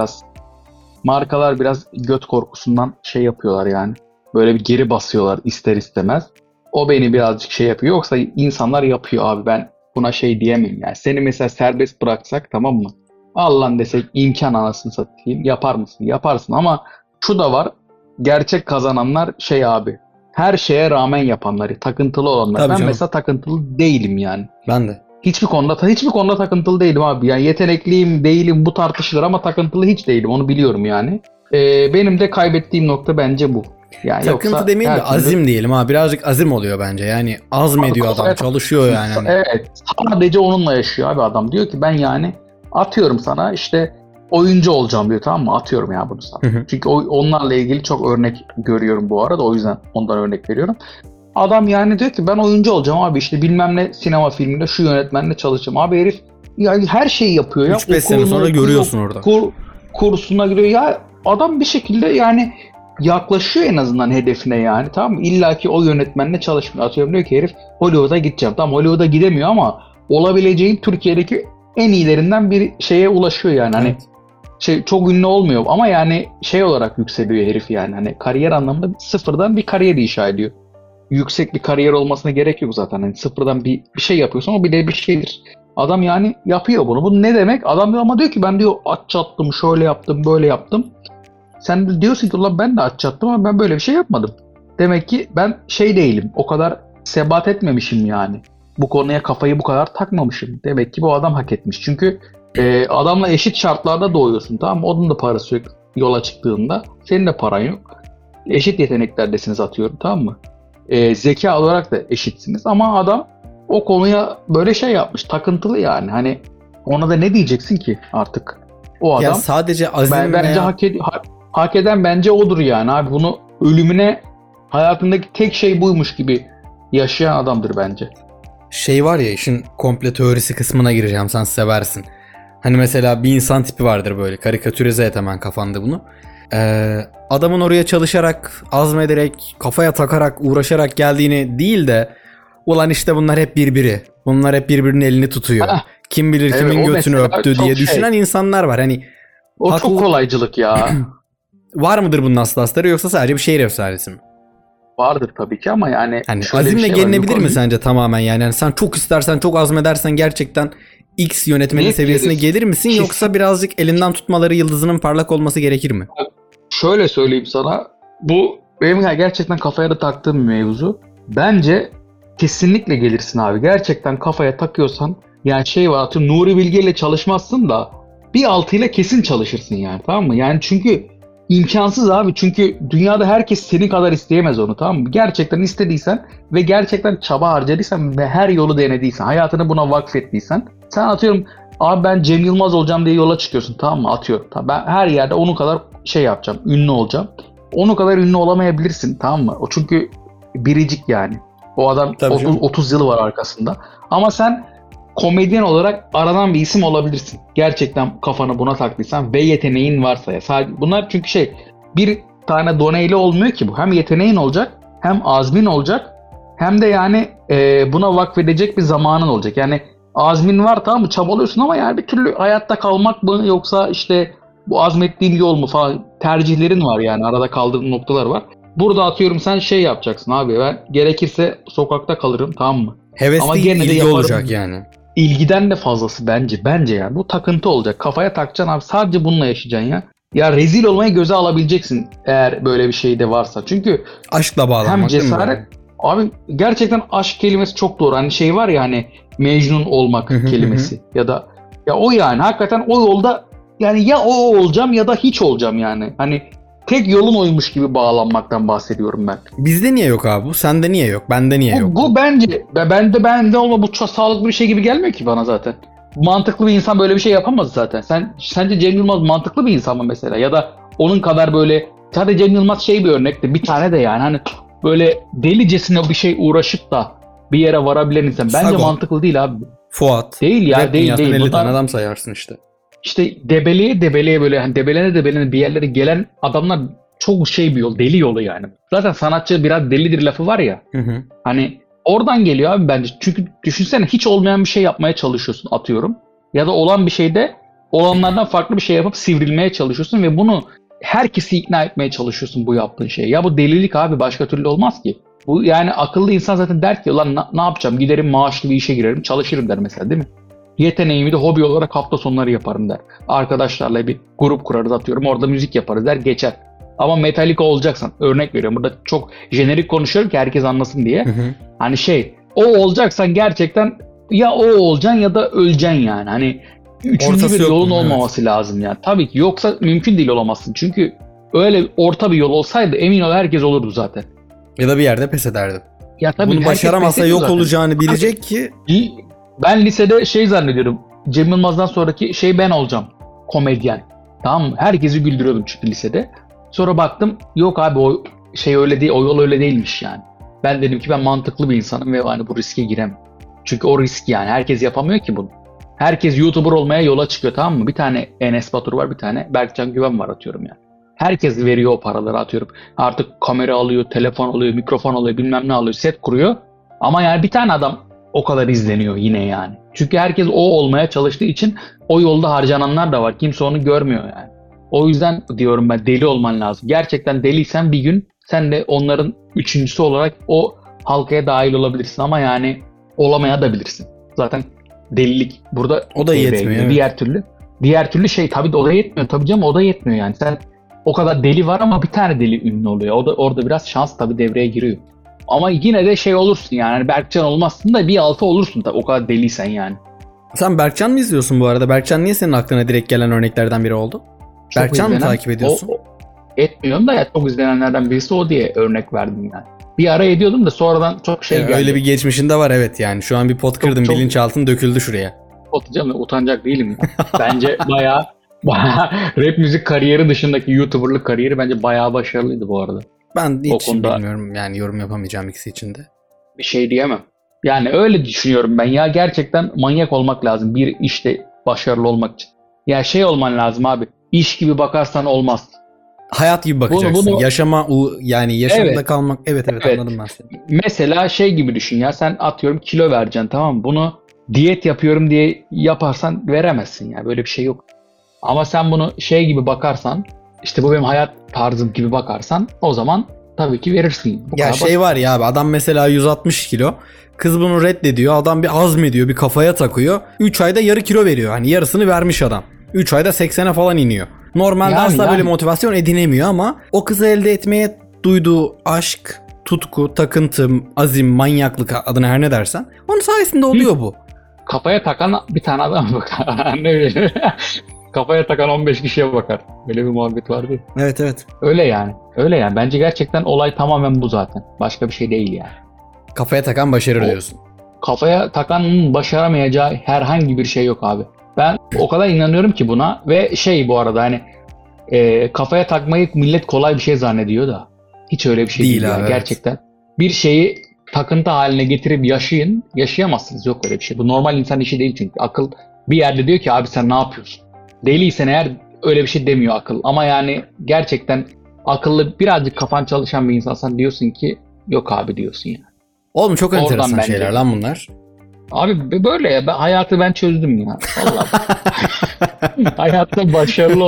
markalar biraz göt korkusundan şey yapıyorlar yani. Böyle bir geri basıyorlar ister istemez. O beni birazcık şey yapıyor. Yoksa insanlar yapıyor abi, ben buna şey diyemem yani. Seni mesela serbest bıraksak, tamam mı? Al lan desek, imkan anasını satayım. Yapar mısın? Yaparsın, ama şu da var. Gerçek kazananlar şey abi. Her şeye rağmen yapanları, takıntılı olanlar.
Tabii
Ben
canım.
mesela takıntılı değilim yani.
Ben de.
Hiçbir konuda takıntılı değilim abi. Yani yetenekliyim, değilim, bu tartışılır ama takıntılı hiç değilim. Onu biliyorum yani. Benim de kaybettiğim nokta bence bu. Yani
Takıntı
yoksa
demeyelim de
her türlü-
azim diyelim ha. Birazcık azim oluyor bence. Yani azmediyor adam,
Evet.
çalışıyor yani. Hani.
Evet. Sadece onunla yaşıyor abi adam. Diyor ki ben yani atıyorum sana işte oyuncu olacağım diyor, tamam mı? Atıyorum ya bunu sana.
Hı hı.
Çünkü onlarla ilgili çok örnek görüyorum bu arada. O yüzden ondan örnek veriyorum. Adam yani diyor ki ben oyuncu olacağım abi, işte bilmem ne sinema filminde şu yönetmenle çalışacağım. Abi herif yani her şeyi yapıyor ya.
3-5 sene
Okulunu
sonra
okuyor,
görüyorsun orada.
Kursuna giriyor. Ya adam bir şekilde yani yaklaşıyor en azından hedefine yani, tamam mı? İlla ki o yönetmenle çalışmıyor. Atıyorum diyor ki herif Hollywood'a gideceğim. Tamam, Hollywood'a gidemiyor ama olabileceğin Türkiye'deki en iyilerinden bir şeye ulaşıyor yani. Hani
Evet.
şey, çok ünlü olmuyor ama yani şey olarak yükseliyor herif yani. Hani kariyer anlamında sıfırdan bir kariyer inşa ediyor. Yüksek bir kariyer olmasına gerek yok zaten. Hani sıfırdan bir şey yapıyorsun, o bile bir şeydir. Adam yani yapıyor bunu. Bu ne demek? Adam diyor ama diyor ki ben diyor aç çattım, şöyle yaptım, böyle yaptım. Sen de diyorsun ki ulan ben de aç çattım ama ben böyle bir şey yapmadım. Demek ki ben şey değilim. O kadar sebat etmemişim yani. Bu konuya kafayı bu kadar takmamışım. Demek ki bu adam hak etmiş. Çünkü adamla eşit şartlarda doğuyorsun, tamam mı? Onun da parası yok. yola çıktığında senin de paran yok. Eşit yeteneklerdesiniz atıyorum, tamam mı? Zeka olarak da eşitsiniz ama adam o konuya böyle şey yapmış, takıntılı yani. Hani ona da ne diyeceksin ki artık? O
Ya
adam
sadece azim
bence
veya
hak eden bence odur yani abi. Bunu ölümüne hayatındaki tek şey buymuş gibi yaşayan adamdır bence.
şey var ya, işin komple teorisi kısmına gireceğim, sen seversin. Hani mesela bir insan tipi vardır, böyle karikatürize et hemen kafanda bunu. Adamın oraya çalışarak, azmederek, kafaya takarak, uğraşarak geldiğini değil de ulan işte bunlar hep birbiri. Bunlar hep birbirinin elini tutuyor.
Heh,
Kim bilir
evet,
kimin
o
götünü
mesela
öptü
çok
diye
şey.
düşünen insanlar var. Hani
O
haklı-
çok kolaycılık ya.
var mıdır bunun aslı astarı, yoksa sadece bir şehir efsanesi mi?
Vardır tabii ki ama yani
Hani
şöyle bir
azimle
şey var.
gelinebilir mi sence tamamen yani? Yani sen çok istersen, çok azmedersen gerçekten X yönetmenin
Net
seviyesine
gelir.
gelir misin,
Kesin.
yoksa birazcık elinden tutmaları, yıldızının parlak olması gerekir mi?
Şöyle söyleyeyim sana. Bu benim gerçekten kafaya da taktığım bir mevzu. Bence kesinlikle gelirsin abi. Gerçekten kafaya takıyorsan yani şey var, atıyorum Nuri Bilge ile çalışmazsın da bir altıyla kesin çalışırsın yani, tamam mı? Yani çünkü imkansız abi. Çünkü dünyada herkes senin kadar isteyemez onu, tamam mı? Gerçekten istediysen ve gerçekten çaba harcadıysan ve her yolu denediysen, hayatını buna vakfettiysen, sen atıyorum abi ben Cem Yılmaz olacağım diye yola çıkıyorsun, tamam mı? Atıyorum. Tamam, ben her yerde onun kadar şey yapacağım, ünlü olacağım. Onu kadar ünlü olamayabilirsin, tamam mı? O çünkü biricik yani. O adam
Tabii canım.
30 yılı var arkasında. Ama sen komedyen olarak aranan bir isim olabilirsin. Gerçekten kafanı buna taktıysan ve yeteneğin varsa ya. Sadece, bunlar çünkü şey, bir tane doneyle olmuyor ki bu. Hem yeteneğin olacak, hem azmin olacak, hem de yani buna vakfedecek bir zamanın olacak. Yani azmin var, tamam mı? Çabalıyorsun ama yani bir türlü hayatta kalmak mı, yoksa işte bu azmettiğin yol mu falan, tercihlerin var yani, arada kaldığın noktalar var. Burada atıyorum sen şey yapacaksın abi, ben gerekirse sokakta kalırım, tamam mı?
Heves
Ama
değil,
gene de
ilgi
yaparım.
olacak yani.
İlgiden de fazlası bence yani. Bu takıntı olacak. Kafaya takacaksın abi. Sadece bununla yaşayacaksın ya. Ya rezil olmayı göze alabileceksin eğer böyle bir şey de varsa. Çünkü
Aşkla bağlanmak
hem
değil mi
cesaret,
böyle?
abi gerçekten aşk kelimesi çok doğru. Hani şey var ya, hani Mecnun olmak
Hı hı,
kelimesi ya da ya o yani hakikaten o yolda yani ya o olacağım ya da hiç olacağım yani. Hani tek yolun oymuş gibi bağlanmaktan bahsediyorum ben.
Bizde niye yok abi bu? Sende niye yok? Bende niye yok?
Bu bence bende olma, bu çok sağlıklı bir şey gibi gelmiyor ki bana zaten. Mantıklı bir insan böyle bir şey yapamaz zaten. Sence Cem Yılmaz mantıklı bir insan mı mesela? Ya da onun kadar böyle, sadece Cem Yılmaz şey bir örnekti. Bir tane de yani hani böyle delicesine bir şey uğraşıp da bir yere varabilen insan. Bence
Sago.
mantıklı değil abi.
Fuat.
Değil ya,
Rap
değil
dünyasından
değil.
50 tane
Bunlar
adam sayarsın işte.
işte debeleye böyle hani debelene bir yerlere gelen adamlar çok şey bir yol, deli yolu yani. Zaten sanatçı biraz delidir lafı var ya.
Hı hı.
Hani oradan geliyor abi bence. Çünkü düşünsene, hiç olmayan bir şey yapmaya çalışıyorsun atıyorum. Ya da olan bir şeyde olanlardan farklı bir şey yapıp sivrilmeye çalışıyorsun ve bunu herkesi ikna etmeye çalışıyorsun bu yaptığın şeye. Ya bu delilik abi, başka türlü olmaz ki. Bu yani akıllı insan zaten der ki ulan ne yapacağım, giderim maaşlı bir işe girerim çalışırım der mesela, değil mi? Yeteneğimi de hobi olarak hafta sonları yaparım der. Arkadaşlarla bir grup kurarız atıyorum, orada müzik yaparız der, geçer. Ama Metallica olacaksan, örnek veriyorum burada çok jenerik konuşuyorum ki herkes anlasın diye.
Hı hı.
Hani şey, o olacaksan gerçekten ya o olacaksın ya da öleceksin yani. Hani üçüncü
Ortası
bir
yok
yolun
bunun, evet.
olmaması lazım yani. Tabii ki, yoksa mümkün değil olamazsın. Çünkü öyle orta bir yol olsaydı emin ol herkes olurdu zaten.
Ya da bir yerde pes ederdin.
Ya tabii
Bunu
herkes
başaramasa
pes ediyor
yok
zaten.
olacağını bilecek ki
Ben lisede şey zannediyorum. Cem Yılmaz'dan sonraki şey ben olacağım. Komedyen. Tamam mı? Herkesi güldürüyordum çünkü lisede. Sonra baktım yok abi, o şey öyle değil, o yol öyle değilmiş yani. Ben dedim ki ben mantıklı bir insanım ve hani bu riske giremem. Çünkü o risk yani. Herkes yapamıyor ki bunu. Herkes YouTuber olmaya yola çıkıyor, tamam mı? Bir tane Enes Batur var, bir tane Berkcan Güven var atıyorum yani. Herkes veriyor o paraları atıyorum. Artık kamera alıyor, telefon alıyor, mikrofon alıyor, bilmem ne alıyor, set kuruyor. Ama yani bir tane adam o kadar izleniyor yine yani. Çünkü herkes o olmaya çalıştığı için o yolda harcananlar da var. Kimse onu görmüyor yani. O yüzden diyorum ben, deli olman lazım. Gerçekten deliysen bir gün sen de onların üçüncüsü olarak o halkaya dahil olabilirsin ama yani olamaya da bilirsin. Zaten delilik burada
o da
devreye
yetmiyor.
giriyor.
Evet.
Diğer türlü şey tabii de o da yetmiyor. Tabii canım, o da yetmiyor yani. Sen o kadar deli var ama bir tane deli ünlü oluyor. O da orada biraz şans tabii devreye giriyor. Ama yine de şey olursun yani. Hani Berkcan olmazsın da bir altı olursun tabii, o kadar deliysen yani.
Sen Berkcan mı izliyorsun bu arada? Berkcan niye senin aklına direkt gelen örneklerden biri oldu?
Çok
Berkcan mı
izlenen-
takip ediyorsun?
Etmiyorum da ya, çok izlenenlerden birisi o diye örnek verdim yani. Bir ara ediyordum da sonradan çok şey geldi.
Öyle bir geçmişinde var evet yani. Şu an bir pot kırdım,
çok-
bilinçaltın döküldü şuraya.
Atacağım ve utanacak değilim ya. Bence bayağı rap müzik kariyeri dışındaki YouTuber'lık kariyeri bence bayağı başarılıydı bu arada.
Ben
O
hiç
konuda-
bilmiyorum yani, yorum yapamayacağım ikisi için de.
Bir şey diyemem. Yani öyle düşünüyorum ben ya, gerçekten manyak olmak lazım bir işte başarılı olmak için. Ya şey olman lazım abi. İş gibi bakarsan olmaz.
Hayat gibi bakacaksın.
Bunu-
Yani yaşamda
Evet.
kalmak. Evet
Evet.
anladım ben seni.
Mesela şey gibi düşün ya, sen atıyorum kilo vereceksin, tamam mı? Bunu diyet yapıyorum diye yaparsan veremezsin ya, böyle bir şey yok. Ama sen bunu şey gibi bakarsan, işte bu benim hayat tarzım gibi bakarsan, o zaman tabii ki verirsin. Bu
Ya
kadar
şey
basit.
var ya abi, adam mesela 160 kilo. Kız bunu reddediyor. Adam bir azmediyor, bir kafaya takıyor. 3 ayda yarı kilo veriyor. Hani yarısını vermiş adam. 3 ayda 80'e falan iniyor. Normalde
Yani,
asla
yani.
böyle motivasyon edinemiyor ama o kızı elde etmeye duyduğu aşk, tutku, takıntı, azim, manyaklık adına her ne dersen, onun sayesinde oluyor bu.
Kafaya takan bir tane adam bakar. Ne bileyim. Kafaya takan 15 kişiye bakar. Böyle bir muhabbet vardı.
Evet evet.
Öyle yani. Öyle yani. Bence gerçekten olay tamamen bu zaten. Başka bir şey değil yani.
Kafaya takan başarır
O-
diyorsun.
Kafaya takanın başaramayacağı herhangi bir şey yok abi. Ben o kadar inanıyorum ki buna ve şey, bu arada hani kafaya takmayı millet kolay bir şey zannediyor da hiç öyle bir şey
Değil
değil,
abi,
yani.
evet.
Gerçekten. Bir şeyi takıntı haline getirip yaşayamazsınız. Yok öyle bir şey. Bu normal insan işi değil çünkü. Akıl bir yerde diyor ki abi sen ne yapıyorsun? Deliysen eğer öyle bir şey demiyor akıl. Ama yani gerçekten akıllı, birazcık kafan çalışan bir insansan diyorsun ki yok abi diyorsun yani.
Oğlum çok
Oradan
enteresan
bence.
şeyler lan bunlar.
Abi böyle ya, hayatı ben çözdüm ya. Vallahi. Hayatta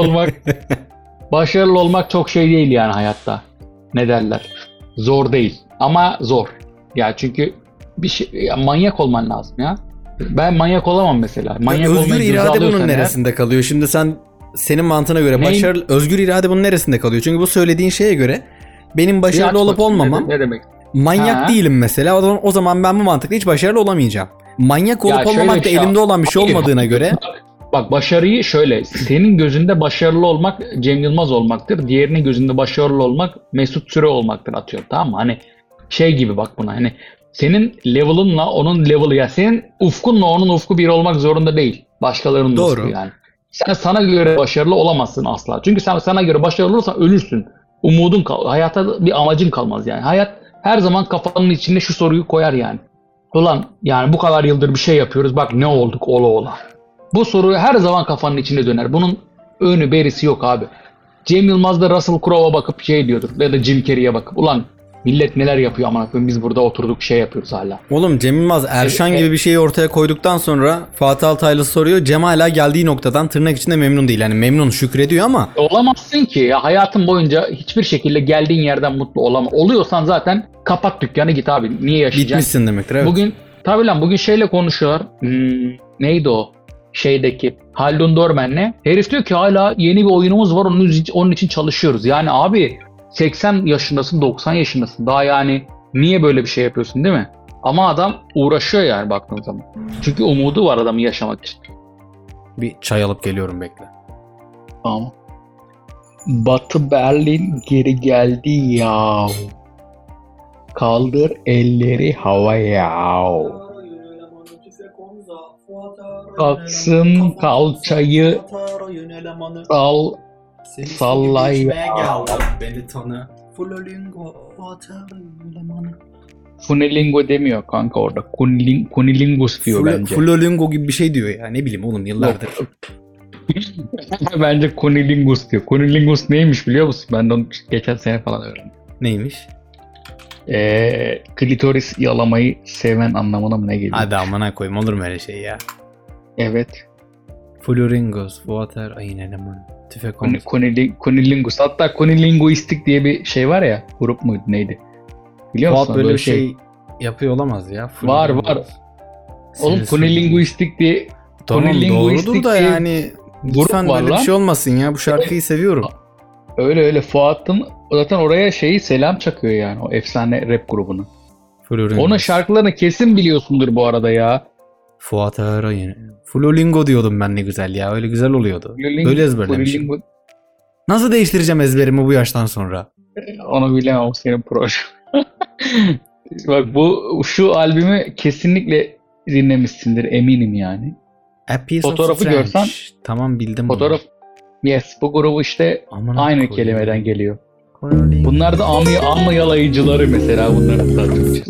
başarılı olmak çok şey değil yani hayatta. Ne derler? Zor değil ama zor. Ya çünkü bir şey ya, manyak olman lazım ya. Ben manyak olamam mesela. Manyak
Özgür
olmayı göze
irade bunun
alıyorsan eğer,
neresinde kalıyor? Şimdi senin mantığına göre
Neyin?
başarılı özgür irade bunun neresinde kalıyor? Çünkü bu söylediğin şeye göre benim
bir
başarılı
aç
olup
bakayım
olmamam,
ne demek?
manyak
Ha.
değilim mesela. O zaman ben bu mantıkla hiç başarılı olamayacağım. Manyak
Ya
olup
şöyle
olmamak
bir
da
şey-
elimde olan bir şey
Hayır.
olmadığına göre
Bak başarıyı şöyle, senin gözünde başarılı olmak Cem Yılmaz olmaktır. Diğerinin gözünde başarılı olmak Mesut Süre olmaktır, atıyorum, tamam mı? Hani şey gibi bak buna, hani senin level'ınla onun level'ı, ya senin ufkunla onun ufku bir olmak zorunda değil. Başkalarının
Doğru.
ufku yani. Sen sana göre başarılı olamazsın asla. Çünkü sen sana göre başarılı olursan ölürsün. Umudun hayata bir amacın kalmaz yani. Hayat her zaman kafanın içinde şu soruyu koyar yani. Ulan yani bu kadar yıldır bir şey yapıyoruz, bak ne olduk ola ola. Bu soru her zaman kafanın içinde döner. Bunun önü berisi yok abi. Cem Yılmaz da Russell Crowe'a bakıp şey diyordur. Ya da Jim Carrey'e bakıp ulan millet neler yapıyor amına koyayım, biz burada oturduk şey yapıyoruz hala.
oğlum Cem Yılmaz Erşan
Evet.
gibi bir şeyi ortaya koyduktan sonra Fatih Altaylı soruyor. Cem hala geldiği noktadan tırnak içinde memnun değil. Yani memnun, şükrediyor ama
Olamazsın ki ya, hayatın boyunca hiçbir şekilde geldiğin yerden mutlu olamaz. Oluyorsan zaten kapat dükkanı git abi. Niye yaşayacaksın?
bitmişsin demektir. Evet.
Bugün tabii lan, bugün şeyle konuşuyorlar. Neydi o? Şeydeki Haldun Dormen'le. Herif diyor ki hala yeni bir oyunumuz var, onun için çalışıyoruz. Yani abi 80 yaşındasın, 90 yaşındasın. Daha yani niye böyle bir şey yapıyorsun, değil mi? Ama adam uğraşıyor yani baktığın zaman. Çünkü umudu var adamın yaşamak için.
Bir çay alıp geliyorum, bekle.
Tamam. Batı Berlin geri geldi ya. Kaldır elleri havaya. Kalksın kalçayı sal, sallay.
Beni tanı.
Funilingo demiyor kanka orada. Kunilingus diyor bence.
Flolingo gibi bir şey diyor ya. Ne bileyim oğlum, yıllardır.
Bence Kunilingus diyor. Kunilingus neymiş biliyor musun? Ben de onu geçen sene falan öğrendim.
Neymiş?
Klitoris yalamayı seven anlamına mı ne geliyor?
Hadi amına koyayım, olur mu öyle şey ya?
Evet.
Floringos, water, ayın elemanı. Tüfek omuz.
Kunilingus. Hatta kunilinguistik diye bir şey var ya. Grup muydu neydi? Biliyor musun?
Fuat böyle bir şey yapıyor olamaz ya.
Var,
Floringos.
var. Oğlum
Sinir
kunilinguistik diye
Tamam
kunilinguistik
doğrudur da
diye
yani
grup
lütfen
var
böyle bir
lan.
şey olmasın ya. Bu şarkıyı seviyorum.
Öyle Fuat'ın zaten oraya şeyi selam çakıyor yani, o efsane rap grubunu.
Floringos.
Onun şarkılarını kesin biliyorsundur bu arada ya.
Fuat Ağrayın. Flolingo diyordum ben, ne güzel ya. Öyle güzel oluyordu. Böyle ezberlemişim.
Kunilingu-
Nasıl değiştireceğim ezberimi bu yaştan sonra?
Onu bilemem, o senin projen. Bak şu albümü kesinlikle dinlemişsindir eminim yani.
A piece of
Fotoğrafı
French.
görsen-
Tamam bildim
Fotoğraf, yes, bu grubu işte
bunu.
aynı kelimeden geliyor. Bunlar da amma yalayıcıları mesela, bunların da Türkçesi.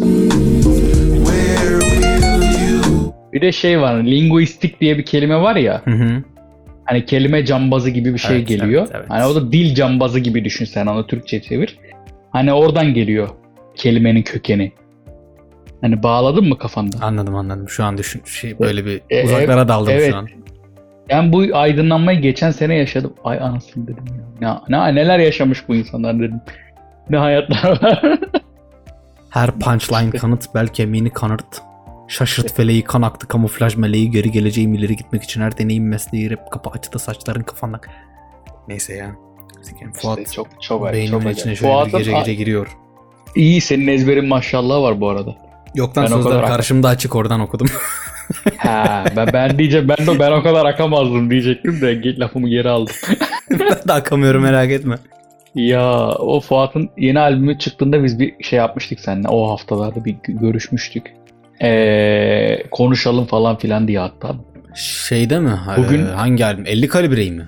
Bir de şey var, linguistik diye bir kelime var ya.
Hı hı.
Hani kelime cambazı gibi bir şey
Evet,
geliyor.
evet, evet.
Hani o da dil cambazı gibi düşün sen, onu Türkçe çevir. Hani oradan geliyor kelimenin kökeni. Hani bağladın mı kafanda?
Anladım. Şu an böyle bir
E,
uzaklara daldım
evet.
şu an.
Ben bu aydınlanmayı geçen sene yaşadım. Ay anasını dedim ya. Neler yaşamış bu insanlar dedim. Ne hayatlar var.
Her punchline kanıt, bel kemiğini kanırt. Şaşırt feleği, kan aktı, kamuflaj meleği, geri geleceğim ileri gitmek için her deneyim mesleği, rap kapı açtı saçların kafandan. Neyse ya. Fuat
İşte çok
beynimin içine
acayip.
şöyle
Fuat'ın
bir gece giriyor.
iyi, senin ezberin maşallah var bu arada.
Yoktan
Ben o
sözler
kadar-
karşımda açık, oradan okudum.
Ha, ben diyeceğim, ben o kadar akamazdım diyecektim de lafımı geri aldım.
Ben de akamıyorum, merak etme.
Ya o Fuat'ın yeni albümü çıktığında biz bir şey yapmıştık seninle. O haftalarda bir görüşmüştük. Konuşalım falan filan diye hatta.
Şeyde mi?
Bugün-
Hangi albüm? 50 kalibreyi mi?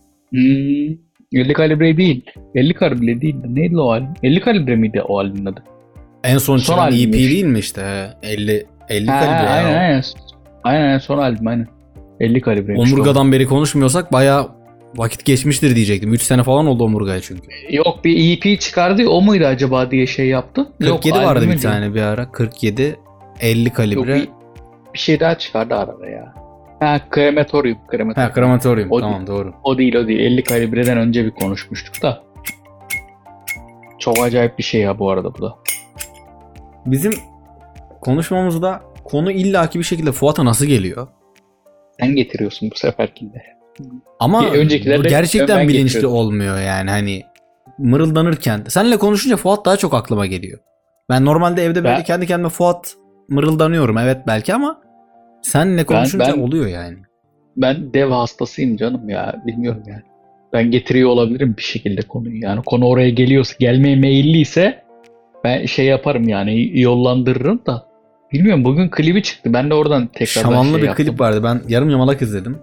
50 kalibre değil. 50 kalibre değil. Neydi o albüm? 50 kalibre miydi o albümün adı?
En son
Son
çıkan EP
albümmüş.
değil mi işte? 50
Ha,
kalibre ya.
aynen son albüm aynen. 50 kalibreymiş.
Omurgadan beri konuşmuyorsak bayağı vakit geçmiştir diyecektim. 3 sene falan oldu Omurga'ya çünkü.
Yok, bir EP çıkardı, o muydu acaba diye şey yaptı.
47
Yok,
vardı
albümü
bir
değil.
tane bir ara. 47 50
Yok,
kalibre.
bir şey daha çıkardı arada ya. Ha, Krematorium.
Ha, krematorium.
O
Tamam, doğru.
O değil. 50 kalibreden önce bir konuşmuştuk da. Çok acayip bir şey ya bu arada bu da.
Bizim konuşmamızda konu illaki bir şekilde Fuat'a nasıl geliyor?
Sen getiriyorsun bu seferkinde.
Ama
Bir öncekilerde
bu gerçekten
ben
bilinçli
getiriyordum.
olmuyor yani, hani mırıldanırken. Seninle konuşunca Fuat daha çok aklıma geliyor. Ben normalde evde böyle
Ben-
kendi kendime Fuat mırıldanıyorum evet belki, ama seninle konuşunca
ben-
oluyor yani.
Ben dev hastasıyım canım ya. Bilmiyorum yani. Ben getiriyor olabilirim bir şekilde konuyu. Yani konu oraya geliyorsa, gelmeye meyilliyse ben şey yaparım yani, yollandırırım da. Bilmiyorum, bugün klibi çıktı. Ben de oradan tekrardan
Şamanlı
şey
bir
yaptım.
klip vardı. Ben yarım yamalak izledim.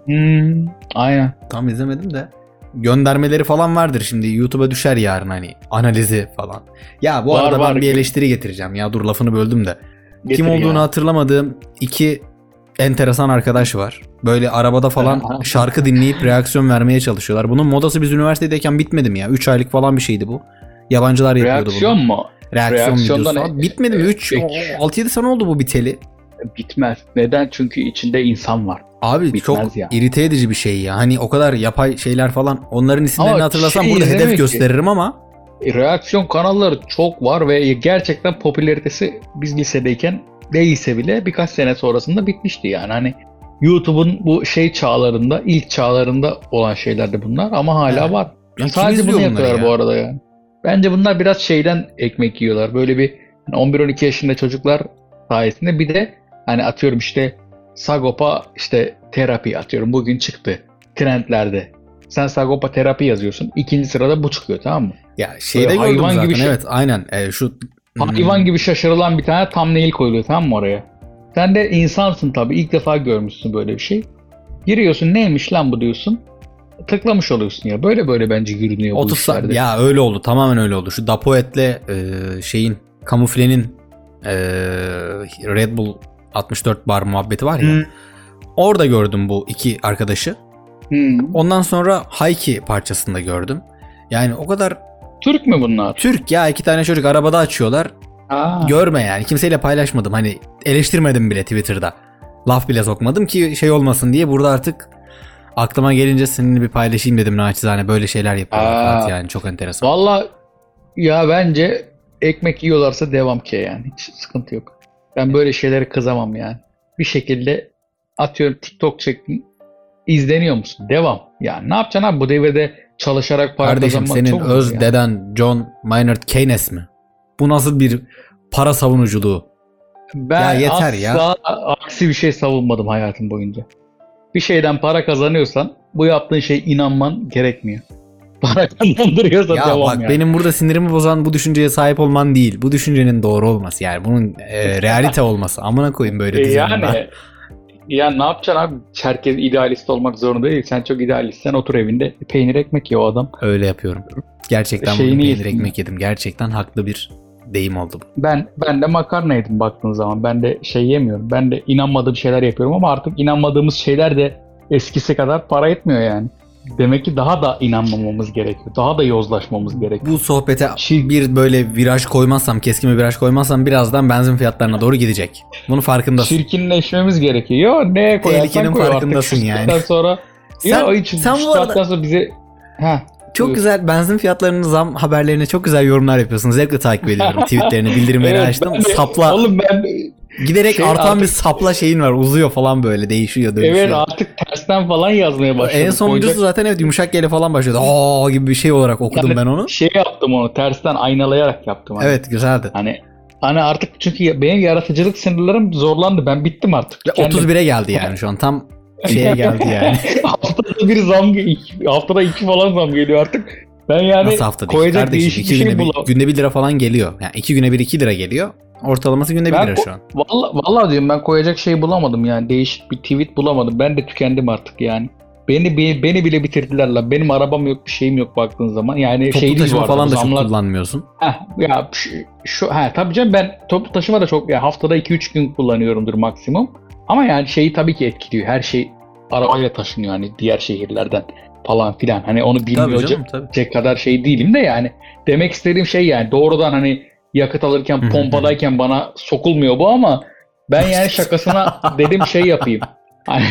Aynen.
Tam izlemedim de. Göndermeleri falan vardır şimdi. YouTube'a düşer yarın hani. Analizi falan. Ya bu
Var,
arada
var.
ben bir eleştiri getireceğim. Ya dur, lafını böldüm de.
Getir
Kim olduğunu
ya.
hatırlamadığım iki enteresan arkadaş var. Böyle arabada falan
Aha.
şarkı dinleyip reaksiyon vermeye çalışıyorlar. Bunun modası biz üniversitedeyken bitmedi mi ya? 3 aylık falan bir şeydi bu. Yabancılar yapıyordu
Reaksiyon
bunu.
mu?
Reaksiyon
Reaksiyondan
videosu falan. Bitmedi mi? 6-7 sene oldu bu biteli.
Bitmez. Neden? Çünkü içinde insan var.
Abi
Bitmez
çok
ya.
irite edici bir şey ya. Hani o kadar yapay şeyler falan. Onların isimlerini
Ama
hatırlasam
şey
burada hedef
izlemek ki-
gösteririm ama
Reaksiyon kanalları çok var ve gerçekten popülaritesi biz lisedeyken değilse bile birkaç sene sonrasında bitmişti yani. Hani YouTube'un bu şey çağlarında, ilk çağlarında olan şeyler de bunlar ama hala
Evet.
var.
ya kim
Sadece
izliyor
bunu
bunları
yapıyorlar
ya?
bu arada yani. Bence bunlar biraz şeyden ekmek yiyorlar. Böyle bir hani 11-12 yaşında çocuklar sayesinde, bir de hani atıyorum işte Sagopa işte terapi atıyorum bugün çıktı trendlerde. Sen Sagopa terapi yazıyorsun. İkinci sırada bu çıkıyor, tamam mı?
Ya şeyde
Böyle
gördüm
hayvan
zaten.
gibi şey-
Evet aynen. Şu
Hayvan gibi şaşırılan bir tane thumbnail koyuluyor, tamam mı oraya? Sen de insansın tabii. İlk defa görmüşsün böyle bir şey. Giriyorsun, neymiş lan bu diyorsun. Tıklamış oluyorsun ya. Böyle bence yürünüyor bu
30
işlerde.
ya öyle oldu. Tamamen öyle oldu. Şu Dapoet'le şeyin Kamufle'nin Red Bull 64 bar muhabbeti var ya.
Hı.
Orada gördüm bu iki arkadaşı. Ondan sonra Hayki parçasında gördüm. Yani o kadar
Türk mü bunlar?
Türk ya, iki tane çocuk arabada açıyorlar.
Aa.
Görme yani, kimseyle paylaşmadım. Hani eleştirmedim bile Twitter'da. Laf bile sokmadım ki şey olmasın diye. Burada artık aklıma gelince seninle bir paylaşayım dedim naçizane. Böyle şeyler yapıyorlar
Aa.
Fuat, yani çok enteresan.
Valla ya bence ekmek yiyorlarsa devam ki yani. Hiç sıkıntı yok. Ben böyle şeylere kızamam yani. Bir şekilde atıyorum TikTok çektin. İzleniyor musun? Devam. Yani ne yapacaksın abi bu devirde çalışarak para
Kardeşim
kazanmak
senin
çok zor
öz
yani.
deden John Maynard Keynes mi? Bu nasıl bir para savunuculuğu?
Ben
Ya yeter ya.
asla aksi bir şey savunmadım hayatım boyunca. Bir şeyden para kazanıyorsan bu yaptığın şeye inanman gerekmiyor. para kazandırıyorsa
Ya
devam
bak
yani.
benim burada sinirimi bozan bu düşünceye sahip olman değil. Bu düşüncenin doğru olması yani. Bunun realite olması. Amına koyayım böyle düzenin ben.
Yani ya ne yapacaksın abi? Herkes idealist olmak zorunda değil. Sen çok idealistsen otur evinde peynir ekmek ye o adam.
Öyle yapıyorum. Gerçekten bugün
Şeyini
peynir
yesin.
ekmek yedim. Gerçekten haklı bir deyim oldu bu.
Ben de makarna yedim baktığın zaman. Ben de şey yemiyorum. Ben de inanmadığım şeyler yapıyorum ama artık inanmadığımız şeyler de eskisi kadar para etmiyor yani. Demek ki daha da inanmamamız gerekiyor. Daha da yozlaşmamız gerekiyor.
Bu sohbete
Şi-
bir böyle viraj koymazsam, keskin bir viraj koymazsam birazdan benzin fiyatlarına doğru gidecek. Bunun farkındasın.
Çirkinleşmemiz gerekiyor. Ya neye koyarsan
Tehlikenin
koy.
farkındasın
Artık şu
yani.
saatten sonra ya hiç
sen
şu
bu arada
saatten sonra bize
çok
buyur.
güzel benzin fiyatlarının zam haberlerine çok güzel yorumlar yapıyorsun. Zevkle takip ediyorum. Tweetlerini, bildirimleri
Evet,
açtım.
ben de-
Sapla
Oğlum ben
giderek
şey
artan
artık-
bir sapla şeyin var. Uzuyor falan böyle. Değişiyor, dönüşüyor.
evet artık tersten falan yazmaya başladım.
En sonuncusu zaten evet yumuşak G'yle falan başladı. Aa gibi bir şey olarak okudum
Yani
ben onu.
şey yaptım onu tersten aynalayarak yaptım. Hani.
Evet güzeldi.
Hani artık çünkü benim yaratıcılık sınırlarım zorlandı. Ben bittim artık.
Ve 31'e geldi yani şu an. Tam şeye geldi yani.
Haftada bir zam, haftada iki falan zam geliyor artık. Ben yani
Nasıl hafta değil
koyacak
kardeşim?
değişik bir
2
şey
güne bir,
bulamam.
günde 1 lira falan geliyor. Yani 2 güne bir 2 lira geliyor. Ortalaması günde 1
Ben
lira şu an.
Vallahi diyorum ben koyacak şey bulamadım yani. Değişik bir tweet bulamadım. Ben de tükendim artık yani. Beni bile bitirdiler la. Benim arabam yok, bir şeyim yok baktığın zaman. Yani
Toplu
şey değil bu
taşıma
arada,
falan da
zamlar-
çok kullanmıyorsun.
Ya tabii canım ben toplu taşıma da çok ya haftada 2-3 gün kullanıyorumdur maksimum. Ama yani şeyi tabii ki etkiliyor. Her şey arabayla taşınıyor hani diğer şehirlerden falan filan. Hani onu
Tabii
bilmiyor
canım tabii.
kadar şey değilim de yani. Demek istediğim şey yani doğrudan hani yakıt alırken
Hı hı.
pompadayken bana sokulmuyor bu ama ben yani şakasına dedim şey yapayım. Hani,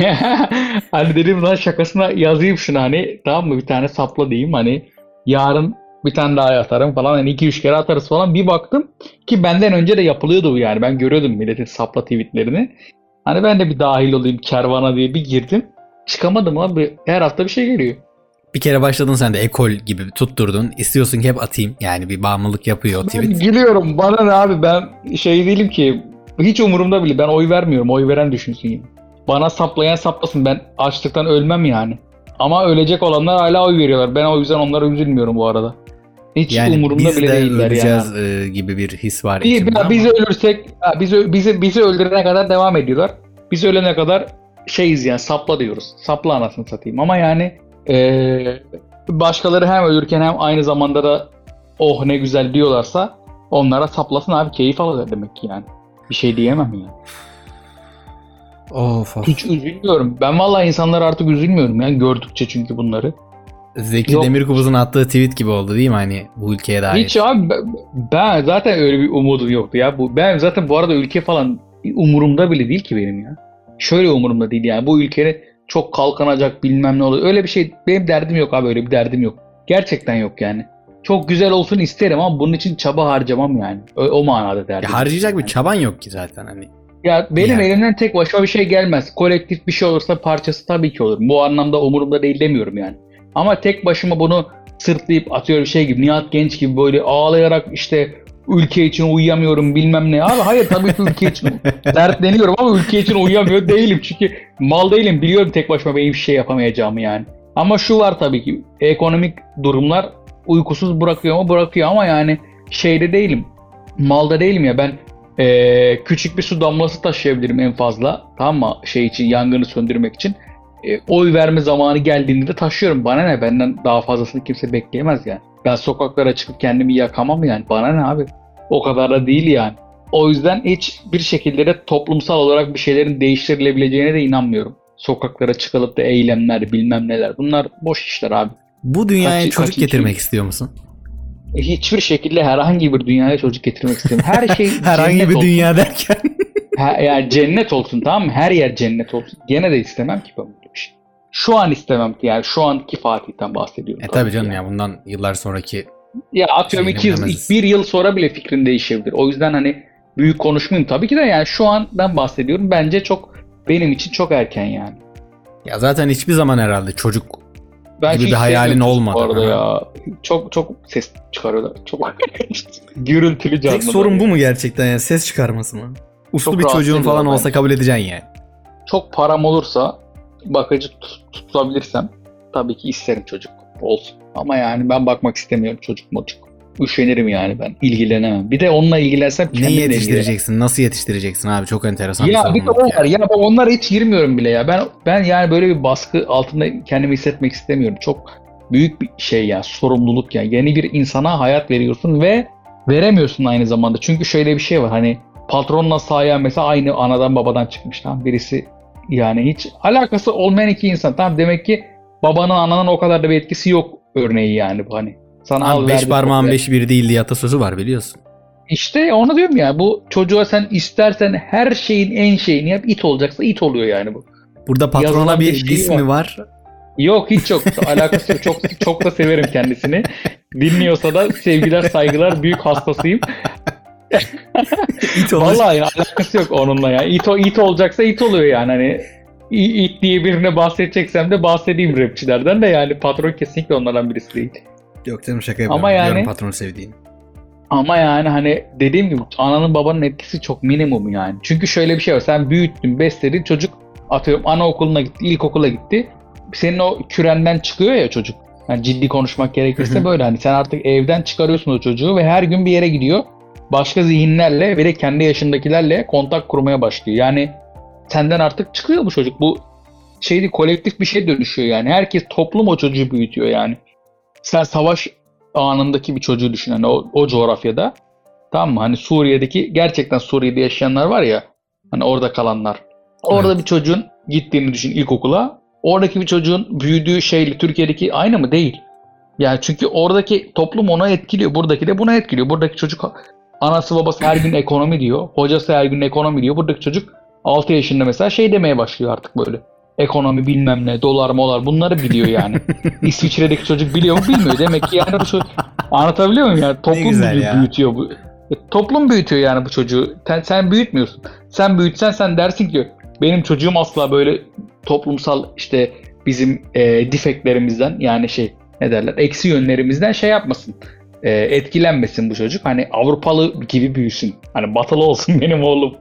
hani dedim lan şakasına yazayım şunu hani tamam mı bir tane sapla diyeyim hani yarın bir tane daha atarım falan hani 2-3 kere atarız falan bir baktım ki benden önce de yapılıyordu bu yani ben görüyordum milletin sapla tweetlerini. Hani ben de bir dahil olayım kervana diye bir girdim. Çıkamadım abi. Her hafta bir şey geliyor.
Bir kere başladın sen de ekol gibi tutturdun. İstiyorsun ki hep atayım. Yani bir bağımlılık yapıyor o
Ben
tweet.
gülüyorum. Bana ne abi ben şey değilim ki. Hiç umurumda bile. Ben oy vermiyorum. Oy veren düşünsün yani. Bana saplayan saplasın. Ben açlıktan ölmem yani. Ama ölecek olanlar hala oy veriyorlar. Ben o yüzden onlara üzülmüyorum bu arada. Hiç
Yani
umurumda
biz
bile
de
değiller
öleceğiz
yani.
gibi bir his var
Biz,
içimde ama.
biz ölürsek bizi öldürene kadar devam ediyorlar. Biz ölene kadar şeyiz yani sapla diyoruz. Sapla anasını satayım. Ama yani başkaları hem ölürken hem aynı zamanda da oh ne güzel diyorlarsa onlara saplasın abi keyif alıyor demek ki yani. Bir şey diyemem yani.
Of.
Hiç üzülmüyorum. Ben vallahi insanlara artık üzülmüyorum yani gördükçe çünkü bunları.
Zeki
Yok.
Demirkubuz'un attığı tweet gibi oldu değil mi hani bu ülkeye dair?
Hiç abi ben zaten öyle bir umudum yoktu ya. Ben zaten bu arada ülke falan umurumda bile değil ki benim ya. Şöyle umurumda değil yani bu ülkenin çok kalkınacak bilmem ne oluyor. Öyle bir şey benim derdim yok abi öyle bir derdim yok. Gerçekten yok yani. Çok güzel olsun isterim ama bunun için çaba harcamam yani. O manada derdim.
Ya harcayacak
yani.
bir çaban yok ki zaten hani.
Ya benim
Yani.
elimden tek başıma bir şey gelmez. Kolektif bir şey olursa parçası tabii ki olur. Bu anlamda umurumda değil demiyorum yani. Ama tek başıma bunu sırtlayıp atıyorum şey gibi Nihat Genç gibi böyle ağlayarak işte ülke için uyuyamıyorum bilmem ne. Abi hayır tabii ki ülke için dertleniyorum ama ülke için uyuyamıyor değilim. Çünkü mal değilim biliyorum tek başıma benim bir şey yapamayacağımı yani. Ama şu var tabii ki ekonomik durumlar uykusuz bırakıyor mu bırakıyor ama yani şeyde değilim. Malda değilim ya ben küçük bir su damlası taşıyabilirim en fazla. Tamam mı? Şey için yangını söndürmek için. Oy verme zamanı geldiğinde de taşıyorum. Bana ne? Benden daha fazlasını kimse bekleyemez yani. Ben sokaklara çıkıp kendimi yakamam yani. Bana ne abi? O kadar da değil yani. O yüzden hiçbir şekilde de toplumsal olarak bir şeylerin değiştirilebileceğine de inanmıyorum. Sokaklara çıkılıp da eylemler bilmem neler. Bunlar boş işler abi.
Bu dünyaya çocuk
kaçıncı-
getirmek istiyor musun?
Hiçbir şekilde herhangi bir dünyaya çocuk getirmek istemiyorum. Her şey
Herhangi
cennet
bir
olsun.
dünya derken.
Yani cennet olsun tamam mı? Her yer cennet olsun. Gene de istemem ki ben böyle bir şey. Şu an istemem ki yani şu anki Fatih'ten bahsediyorum.
Tabii canım
ki
ya bundan yıllar sonraki
Ya atıyorum
şeyini
2 yıl,
bilemezsiniz.
1 yıl sonra bile fikrin değişebilir. O yüzden hani büyük konuşmayayım tabii ki de yani şu andan bahsediyorum. Bence çok benim için çok erken yani.
ya zaten hiçbir zaman herhalde çocuk
Ben
gibi
hiç
bir hayalin
sevmiyorum
olmadı.
Bu arada
Ha.
ya. Çok ses çıkarıyorlar. Çok gürültülü canlılar.
Tek sorun bu mu gerçekten yani ses çıkarması mı? Uslu
Çok
bir
rahatsız
çocuğun
ediyor
falan
bence.
olsa kabul edeceksin yani.
Çok param olursa bakıcı tutabilirsem tabii ki isterim çocuk olsun. Ama yani ben bakmak istemiyorum çocuk mocuk. Üşenirim yani ben. İlgilenemem. Bir de onunla ilgilensem
Neyi
kendimle ilgilenemem.
yetiştireceksin? Nasıl yetiştireceksin abi? Çok enteresan bir
Ya bir de
sorumluluk
o var.
ya.
Ya ben onlara hiç girmiyorum bile ya. Ben yani böyle bir baskı altında kendimi hissetmek istemiyorum. Çok büyük bir şey ya. Sorumluluk ya. Yeni bir insana hayat veriyorsun ve veremiyorsun aynı zamanda. Çünkü şöyle bir şey var. Hani patronla sahiyen mesela aynı anadan babadan çıkmış. Tamam, birisi yani hiç alakası olmayan iki insan. Tamam, demek ki babanın ananın o kadar da bir etkisi yok örneği yani bu hani. Sana al
Abi beş
verdi.
parmağın beş bir değil diye atasözü var biliyorsun.
İşte onu diyorum ya, bu çocuğa sen istersen her şeyin en şeyini yap, it olacaksa it oluyor yani bu.
Burada patrona
Yazılan bir
bir
şey
diss
var.
mi var?
Yok, hiç yok. Alakası yok. Çok da severim kendisini. Dinliyorsa da sevgiler saygılar, büyük hastasıyım.
İt olur.
Vallahi ya, alakası yok onunla ya. It olacaksa it oluyor yani hani. It diye birine bahsedeceksem de bahsedeyim rapçilerden de, yani patron kesinlikle onlardan birisi değil.
Yok canım, şaka yapıyorum.
Ama
Biliyorum
yani
patronu sevdiğini.
Ama yani hani dediğim gibi ananın babanın etkisi çok minimum yani. Çünkü şöyle bir şey var. Sen büyüttün, besledin, çocuk atıyorum anaokuluna gitti, ilkokula gitti. Senin o kürenden çıkıyor ya çocuk. Yani ciddi konuşmak gerekirse böyle, hani sen artık evden çıkarıyorsun o çocuğu ve her gün bir yere gidiyor. Başka zihinlerle ve de kendi yaşındakilerle kontak kurmaya başlıyor. Yani senden artık çıkıyor bu çocuk. Bu kolektif bir şey dönüşüyor yani. Herkes, toplum o çocuğu büyütüyor yani. Sen savaş anındaki bir çocuğu düşün hani o coğrafyada. Tamam mı? Hani Suriye'deki, gerçekten Suriye'de yaşayanlar var ya, hani orada kalanlar. Orada
Evet.
bir çocuğun gittiğini düşün ilkokula. Oradaki bir çocuğun büyüdüğü şeyle Türkiye'deki aynı mı? Değil. Yani çünkü oradaki toplum ona etkiliyor. Buradaki de buna etkiliyor. Buradaki çocuk anası babası her gün ekonomi diyor. Hocası her gün ekonomi diyor. Buradaki çocuk 6 yaşında mesela demeye başlıyor artık böyle. Ekonomi bilmem ne, dolar molar, bunları biliyor yani. İsviçre'deki çocuk biliyor mu, bilmiyor. Demek ki yani anlatabiliyor muyum yani? Toplum
güzel ya.
büyütüyor bu. Toplum büyütüyor yani bu çocuğu. Sen büyütmüyorsun. Sen büyütsen sen dersin ki benim çocuğum asla böyle toplumsal işte bizim defektlerimizden, yani ne derler, eksi yönlerimizden yapmasın. Etkilenmesin bu çocuk. Hani Avrupalı gibi büyüsün. Hani batılı olsun benim oğlum.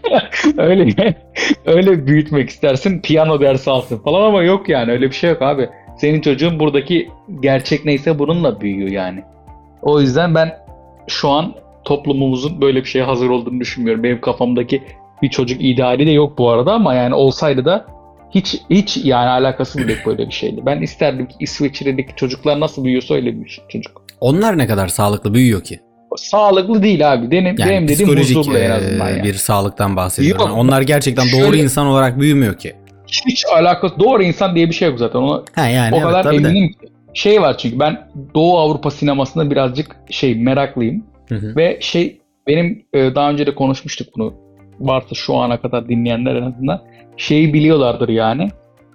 Öyle öyle büyütmek istersin. Piyano dersi alsın falan, ama yok yani, öyle bir şey yok abi. Senin çocuğun buradaki gerçek neyse bununla büyüyor yani. O yüzden ben şu an toplumumuzun böyle bir şeye hazır olduğunu düşünmüyorum. Benim kafamdaki bir çocuk ideali de yok bu arada, ama yani olsaydı da hiç yani alakası bile yok böyle bir şeyle. Ben isterdim ki İsviçre'deki çocuklar nasıl büyüyorsa öyle büyüsün çocuk.
Onlar ne kadar sağlıklı büyüyor ki?
Sağlıklı değil abi. Benim
Yani
dediğim
psikolojik
huzurlu en azından yani.
bir sağlıktan bahsediyorum.
Yok,
Yani onlar gerçekten doğru
şöyle-
insan olarak büyümüyor ki.
Hiç alakası, doğru insan diye bir şey yok zaten. Ona
Ha yani
o
evet,
kadar
tabii de.
eminim ki. Var çünkü ben Doğu Avrupa sinemasında birazcık meraklıyım.
Hı hı.
Ve benim daha önce de konuşmuştuk bunu. Varsa şu ana kadar dinleyenler en azından biliyorlardır yani.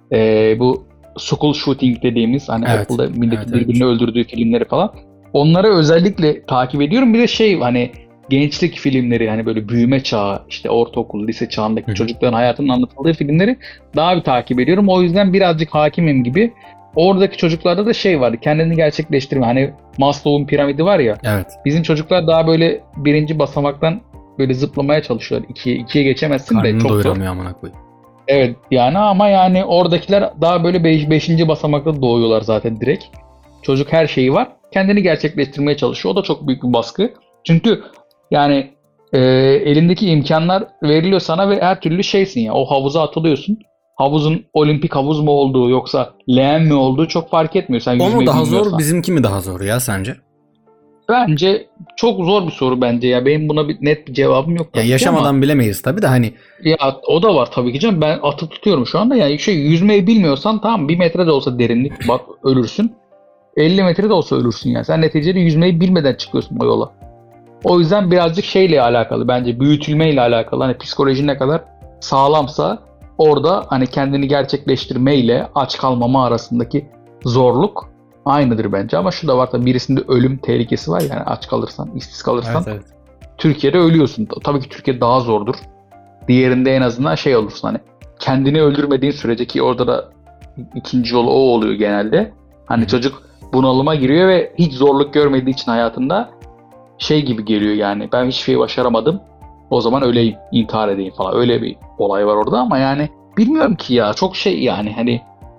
Bu school shooting dediğimiz, hani
Evet.
okulda milletin
Evet,
birbirini öldürdüğü filmleri falan. Onları özellikle takip ediyorum. Bir de hani gençlik filmleri, hani böyle büyüme çağı, işte ortaokul, lise çağındaki
Hı hı.
çocukların hayatının anlatıldığı filmleri daha bir takip ediyorum. O yüzden birazcık hakimim gibi. Oradaki çocuklarda da vardı. Kendini gerçekleştirme. Hani Maslow'un piramidi var ya.
Evet.
Bizim çocuklar daha böyle birinci basamaktan böyle zıplamaya çalışıyorlar. İkiye geçemezsin de
Karnını
çok zor.
doyuramıyor amına koyayım.
Evet yani, ama yani oradakiler daha böyle beşinci basamakta doğuyorlar zaten direkt. Çocuk her şeyi var. Kendini gerçekleştirmeye çalışıyor. O da çok büyük bir baskı. Çünkü yani elindeki imkanlar veriliyor sana ve her türlü ya. O havuza atılıyorsun. Havuzun olimpik havuz mu olduğu yoksa leğen mi olduğu çok fark etmiyor. Sen
O mu
yüzmeyi
daha
bilmiyorsan.
zor, bizimki mi daha zor ya sence?
Bence çok zor bir soru bence ya. Benim buna net bir cevabım yok
Ya
tabii ki,
yaşamadan
ama
bilemeyiz tabii de hani.
ya o da var tabii ki canım. Ben atıp tutuyorum şu anda. Yani yüzmeyi bilmiyorsan tamam, 1 metre de olsa derinlik bak ölürsün. 50 metre de olsa ölürsün yani. Sen neticede yüzmeyi bilmeden çıkıyorsun o yola. O yüzden birazcık alakalı bence, büyütülmeyle alakalı. Hani psikoloji ne kadar sağlamsa orada hani kendini gerçekleştirmeyle aç kalmama arasındaki zorluk aynıdır bence. Ama şu da var tabii, birisinde ölüm tehlikesi var yani, aç kalırsan, işsiz kalırsan.
Evet.
Türkiye'de ölüyorsun. Tabii ki Türkiye daha zordur. Diğerinde en azından olursun, hani kendini öldürmediğin sürece, ki orada da ikinci yol o oluyor genelde. Hani çocuk bunalıma giriyor ve hiç zorluk görmediği için hayatında gibi geliyor yani, ben hiçbir şey başaramadım, o zaman öleyim, intihar edeyim falan, öyle bir olay var orada. Ama yani bilmiyorum ki ya, çok yani hani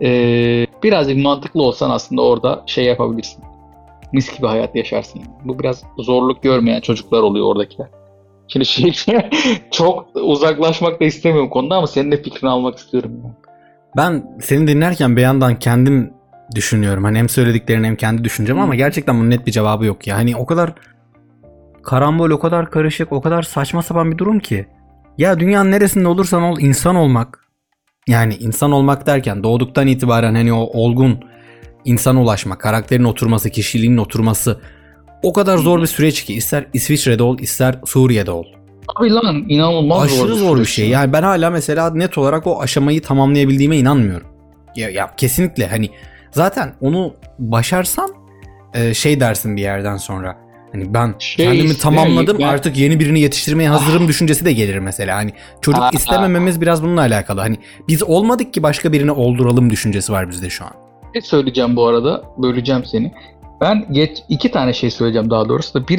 Birazcık mantıklı olsan aslında orada şey yapabilirsin. Mis gibi hayat yaşarsın. Bu biraz zorluk görmeyen çocuklar oluyor oradakiler. Şimdi çok uzaklaşmak da istemiyorum konuda ama senin de fikrini almak istiyorum.
Ben seni dinlerken bir yandan kendim düşünüyorum. Hani hem söylediklerini hem kendi düşüncem ama gerçekten bunun net bir cevabı yok ya. Hani o kadar karambol, o kadar karışık, o kadar saçma sapan bir durum ki. Ya dünyanın neresinde olursan ol, insan olmak. Yani insan olmak derken doğduktan itibaren hani o olgun insana ulaşmak, karakterin oturması, kişiliğinin oturması o kadar zor bir süreç ki. İster İsviçre'de ol, ister Suriye'de ol.
Abi lan inanılmaz
Aşırı zor bir
süreç
şey.
ya.
Yani ben hala mesela net olarak o aşamayı tamamlayabildiğime inanmıyorum. Ya kesinlikle hani zaten onu başarsan şey dersin bir yerden sonra. Hani ben kendimi tamamladım, artık yeni birini yetiştirmeye hazırım düşüncesi de gelir mesela. Hani çocuk istemememiz biraz bununla alakalı. Hani biz olmadık ki başka birini olduralım düşüncesi var bizde şu an.
Ne söyleyeceğim bu arada? Böleceğim seni. Ben iki tane şey söyleyeceğim daha doğrusu da.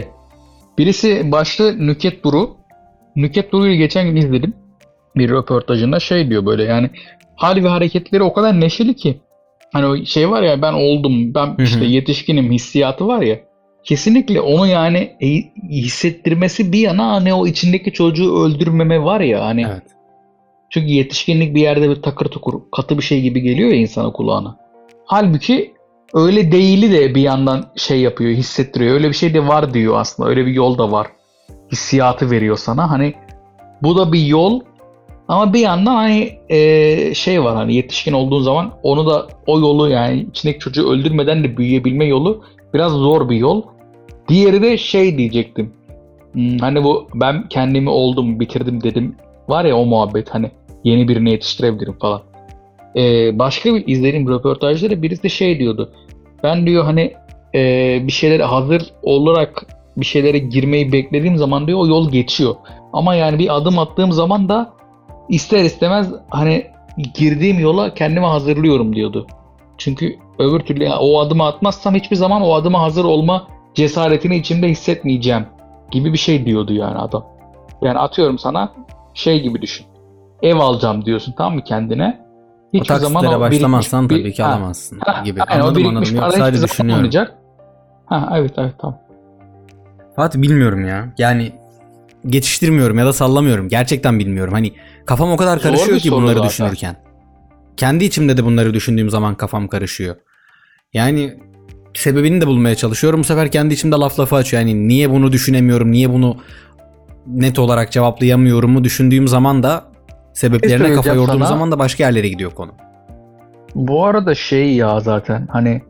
Birisi başta Nükhet Duru. Nükhet Duru'yu geçen gün izledim. Bir röportajında şey diyor böyle yani hal ve hareketleri o kadar neşeli ki. Hani o şey var ya ben oldum, ben işte yetişkinim hissiyatı var ya. Kesinlikle onu yani hissettirmesi bir yana hani o içindeki çocuğu öldürmeme var ya hani.
Evet.
Çünkü yetişkinlik bir yerde bir takır tukur katı bir şey gibi geliyor ya insana kulağına. Halbuki öyle değili de bir yandan şey yapıyor, hissettiriyor. Öyle bir şey de var diyor aslında. Öyle bir yol da var. Hissiyatı veriyor sana. Hani bu da bir yol ama bir yandan hani şey var hani yetişkin olduğun zaman onu da o yolu yani içindeki çocuğu öldürmeden de büyüyebilme yolu biraz zor bir yol. Diğeri de şey diyecektim. Hani bu ben kendimi oldum, bitirdim dedim. Var ya o muhabbet hani yeni birini yetiştirebilirim falan. Başka bir izlediğim röportajda birisi de şey diyordu. Ben diyor hani bir şeylere hazır olarak bir şeylere girmeyi beklediğim zaman diyor o yol geçiyor. Ama yani bir adım attığım zaman da ister istemez hani girdiğim yola kendimi hazırlıyorum diyordu. Çünkü öbür türlü yani o adımı atmazsam hiçbir zaman o adıma hazır olma cesaretini içimde hissetmeyeceğim gibi bir şey diyordu yani adam. Yani atıyorum sana şey gibi düşün. Ev alacağım diyorsun tamam mı kendine?
O taksitlere başlamazsan tabii ki alamazsın gibi. Anladım. Yok sadece düşünüyorum.
Olmayacak. Evet tamam.
Fatih bilmiyorum ya. Yani geçiştirmiyorum ya da sallamıyorum. Gerçekten bilmiyorum. Hani kafam o kadar karışıyor ki bunları zaten düşünürken. Kendi içimde de bunları düşündüğüm zaman kafam karışıyor. Yani sebebini de bulmaya çalışıyorum. Bu sefer kendi içimde lafı açıyor. Yani niye bunu düşünemiyorum, niye bunu net olarak cevaplayamıyorumu düşündüğüm zaman da sebeplerine kafa yorduğum zaman da başka yerlere gidiyor konu.
Bu arada şey ya zaten hani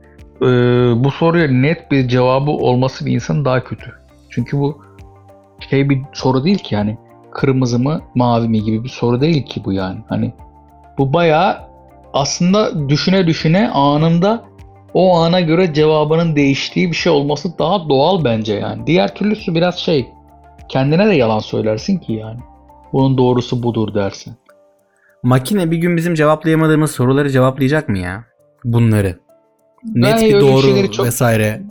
bu soruya net bir cevabı olması bir insanın daha kötü. Çünkü bu şey bir soru değil ki yani kırmızı mı mavi mi gibi bir soru değil ki bu yani. Hani bu bayağı aslında düşüne düşüne anında o ana göre cevabının değiştiği bir şey olması daha doğal bence yani. Diğer türlüsü biraz şey kendine de yalan söylersin ki yani. Bunun doğrusu budur dersin.
Makine bir gün bizim cevaplayamadığımız soruları cevaplayacak mı ya? Bunları. Net bir doğru vesaire.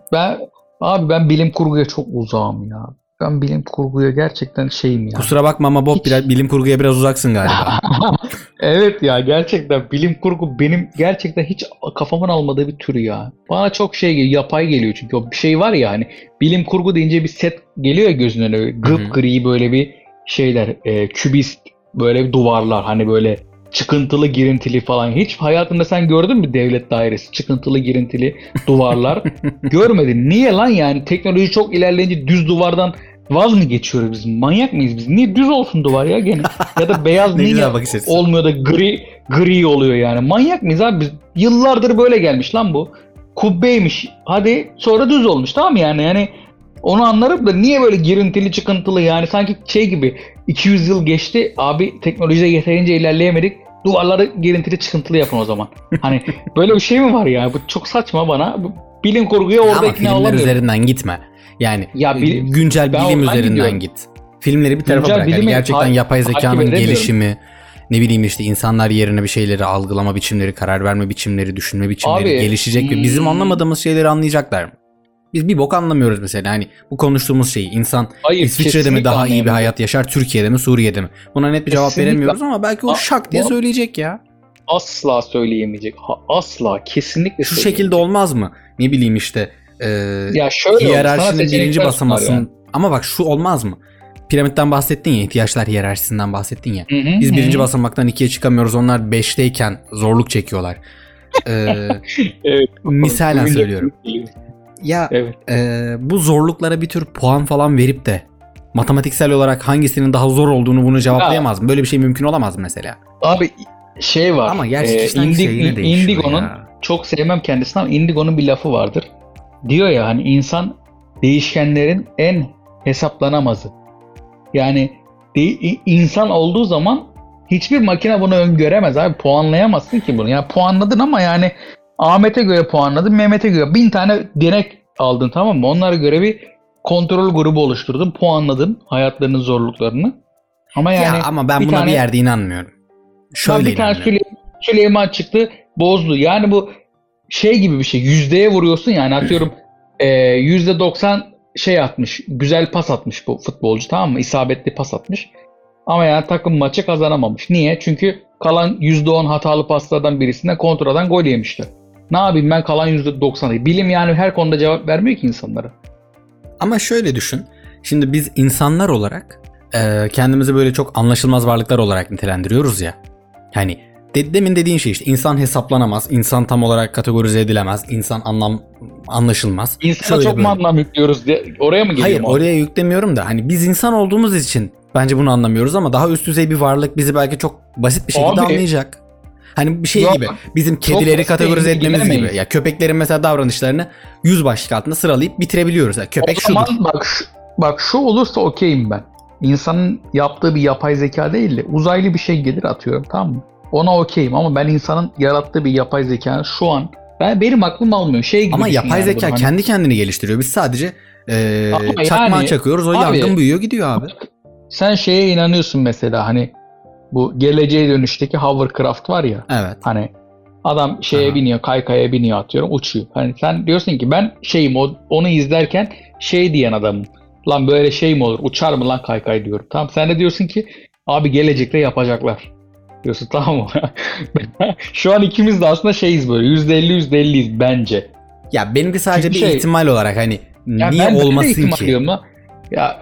Ben bilim kurguya çok uzağım ya. Ben bilim kurguya gerçekten şeyim ya.
Kusura bakma ama Bob bilim kurguya biraz uzaksın galiba.
Evet ya gerçekten bilim kurgu benim gerçekten hiç kafamın almadığı bir tür ya. Bana çok şey geliyor, yapay geliyor çünkü o bir şey var ya hani bilim kurgu deyince bir set geliyor ya gözüne öyle gri böyle bir şeyler kübist böyle bir duvarlar hani böyle çıkıntılı girintili falan. Hiç hayatında sen gördün mü devlet dairesi çıkıntılı girintili duvarlar? Görmedin. Niye lan yani teknoloji çok ilerleyince düz duvardan vaz mı geçiyoruz biz? Manyak mıyız biz? Niye düz olsun duvar ya gene? Ya da beyaz niye olmuyor da gri oluyor yani? Manyak mıyız abi biz? Yıllardır böyle gelmiş lan bu. Kubbeymiş. Hadi sonra düz olmuş tamam mı yani onu anlarım da niye böyle girintili çıkıntılı yani sanki şey gibi 200 yıl geçti abi teknolojide yeterince ilerleyemedik duvarları girintili çıkıntılı yapın o zaman. Hani böyle bir şey mi var ya? Bu çok saçma bana. Bilim kurguya orada ikna olamıyorum.
Filmler üzerinden gitme. Yani güncel bilim üzerinden git. Filmleri bir tarafa bırak. Yani gerçekten yapay zekanın gelişimi, ne bileyim işte insanlar yerine bir şeyleri algılama biçimleri, karar verme biçimleri, düşünme biçimleri gelişecek ve bizim anlamadığımız şeyleri anlayacaklar mı? Biz bir bok anlamıyoruz mesela. Hani bu konuştuğumuz şeyi insan İsviçre'de mi daha iyi bir hayat yaşar, Türkiye'de mi, Suriye'de mi? Buna net bir cevap veremiyoruz ama belki o şak diye söyleyecek ya.
asla söyleyemeyecek. Asla, kesinlikle
Şu
söyleyemeyecek.
şekilde olmaz mı? Ne bileyim işte
Ya şöyle olur, sana
hiyerarşinin
seçenekler
birinci
sunar
basamasının
yani.
ama bak şu olmaz mı? Piramitten bahsettin ya, ihtiyaçlar hiyerarşisinden bahsettin ya.
Hı hı,
Biz
hı.
birinci basamaktan ikiye çıkamıyoruz. Onlar beşteyken zorluk çekiyorlar.
Evet.
Misalen
Duyunca
söylüyorum.
komik geliyor.
Ya
Evet.
bu zorluklara bir tür puan falan verip de matematiksel olarak hangisinin daha zor olduğunu bunu cevaplayamaz mı? Böyle bir şey mümkün olamaz mı mesela?
Abi şey var.
Ama gerçi kişiden kişiye yine değişiyor
Indigo'nun
ya.
çok sevmem kendisini ama Indigo'nun bir lafı vardır. Diyor ya hani insan değişkenlerin en hesaplanamazı. Yani insan olduğu zaman hiçbir makine bunu öngöremez abi. Puanlayamazsın ki bunu. Ya puanladın ama yani Ahmet'e göre puanladın, Mehmet'e göre 1000 tane denek aldın, tamam mı? Onlara göre bir kontrol grubu oluşturdun, puanladın hayatlarının zorluklarını. Ama yani
Ya ama ben
bir
buna bir
tane
yerde inanmıyorum. Şöyle
bir tane
inanmıyorum.
Süleyman çıktı, bozdu. Yani bu şey gibi bir şey. Yüzdeye vuruyorsun yani, atıyorum %90 şey atmış. Güzel pas atmış bu futbolcu, tamam mı? İsabetli pas atmış. Ama yani takım maçı kazanamamış. Niye? Çünkü kalan %10 hatalı paslardan birisinde kontradan gol yemişler. Ne yapayım ben kalan %90'ı? Bilim yani her konuda cevap vermiyor ki insanlara.
Ama şöyle düşün. Şimdi biz insanlar olarak kendimizi böyle çok anlaşılmaz varlıklar olarak nitelendiriyoruz ya. Hani demin dediğin şey işte insan hesaplanamaz, insan tam olarak kategorize edilemez, insan anlaşılmaz.
İnsana
Şöyle
çok mu
böyle.
anlam yüklüyoruz diye oraya mı
Hayır,
geliyorum abi?
oraya yüklemiyorum da hani biz insan olduğumuz için bence bunu anlamıyoruz ama daha üst düzey bir varlık bizi belki çok basit bir şekilde
Abi,
anlayacak. Hani bir şey
ya,
gibi bizim
çok
kedileri
basit
kategorize etmemiz
ilgilenemeyiz.
gibi. Ya köpeklerin mesela davranışlarını 100 başlık altında sıralayıp bitirebiliyoruz. Ya köpek
O zaman
şudur.
bak şu olursa okeyim ben. İnsanın yaptığı bir yapay zeka değil de uzaylı bir şey gelir, atıyorum, tamam mı? Ona okeyim ama ben insanın yarattığı bir yapay zeka şu an benim aklım almıyor. Şey gibi
Ama
düşün
yapay
yani
zeka
bunu, hani.
kendi kendini geliştiriyor. Biz sadece
Ama
çakmağa
yani
çakıyoruz. O
abi,
yangın büyüyor gidiyor abi.
sen şeye inanıyorsun mesela, hani bu geleceğe dönüşteki hovercraft var ya,
Evet.
hani adam şeye
Aha.
biniyor, kaykaya biniyor, atıyorum, uçuyor. Hani sen diyorsun ki ben şeyim, onu izlerken şey diyen adamım. Lan böyle şey mi olur? Uçar mı lan kaykay diyorum. Tamam, sen de diyorsun ki abi gelecekte yapacaklar. Diyorsun, tamam mı? Şu an ikimiz de aslında şeyiz, böyle %50 %50'yiz bence.
Ya benimki sadece
Çünkü
bir ihtimal olarak hani
ya
niye
ben de
olmasın
ihtimal
ki?
diyorum lan. Ya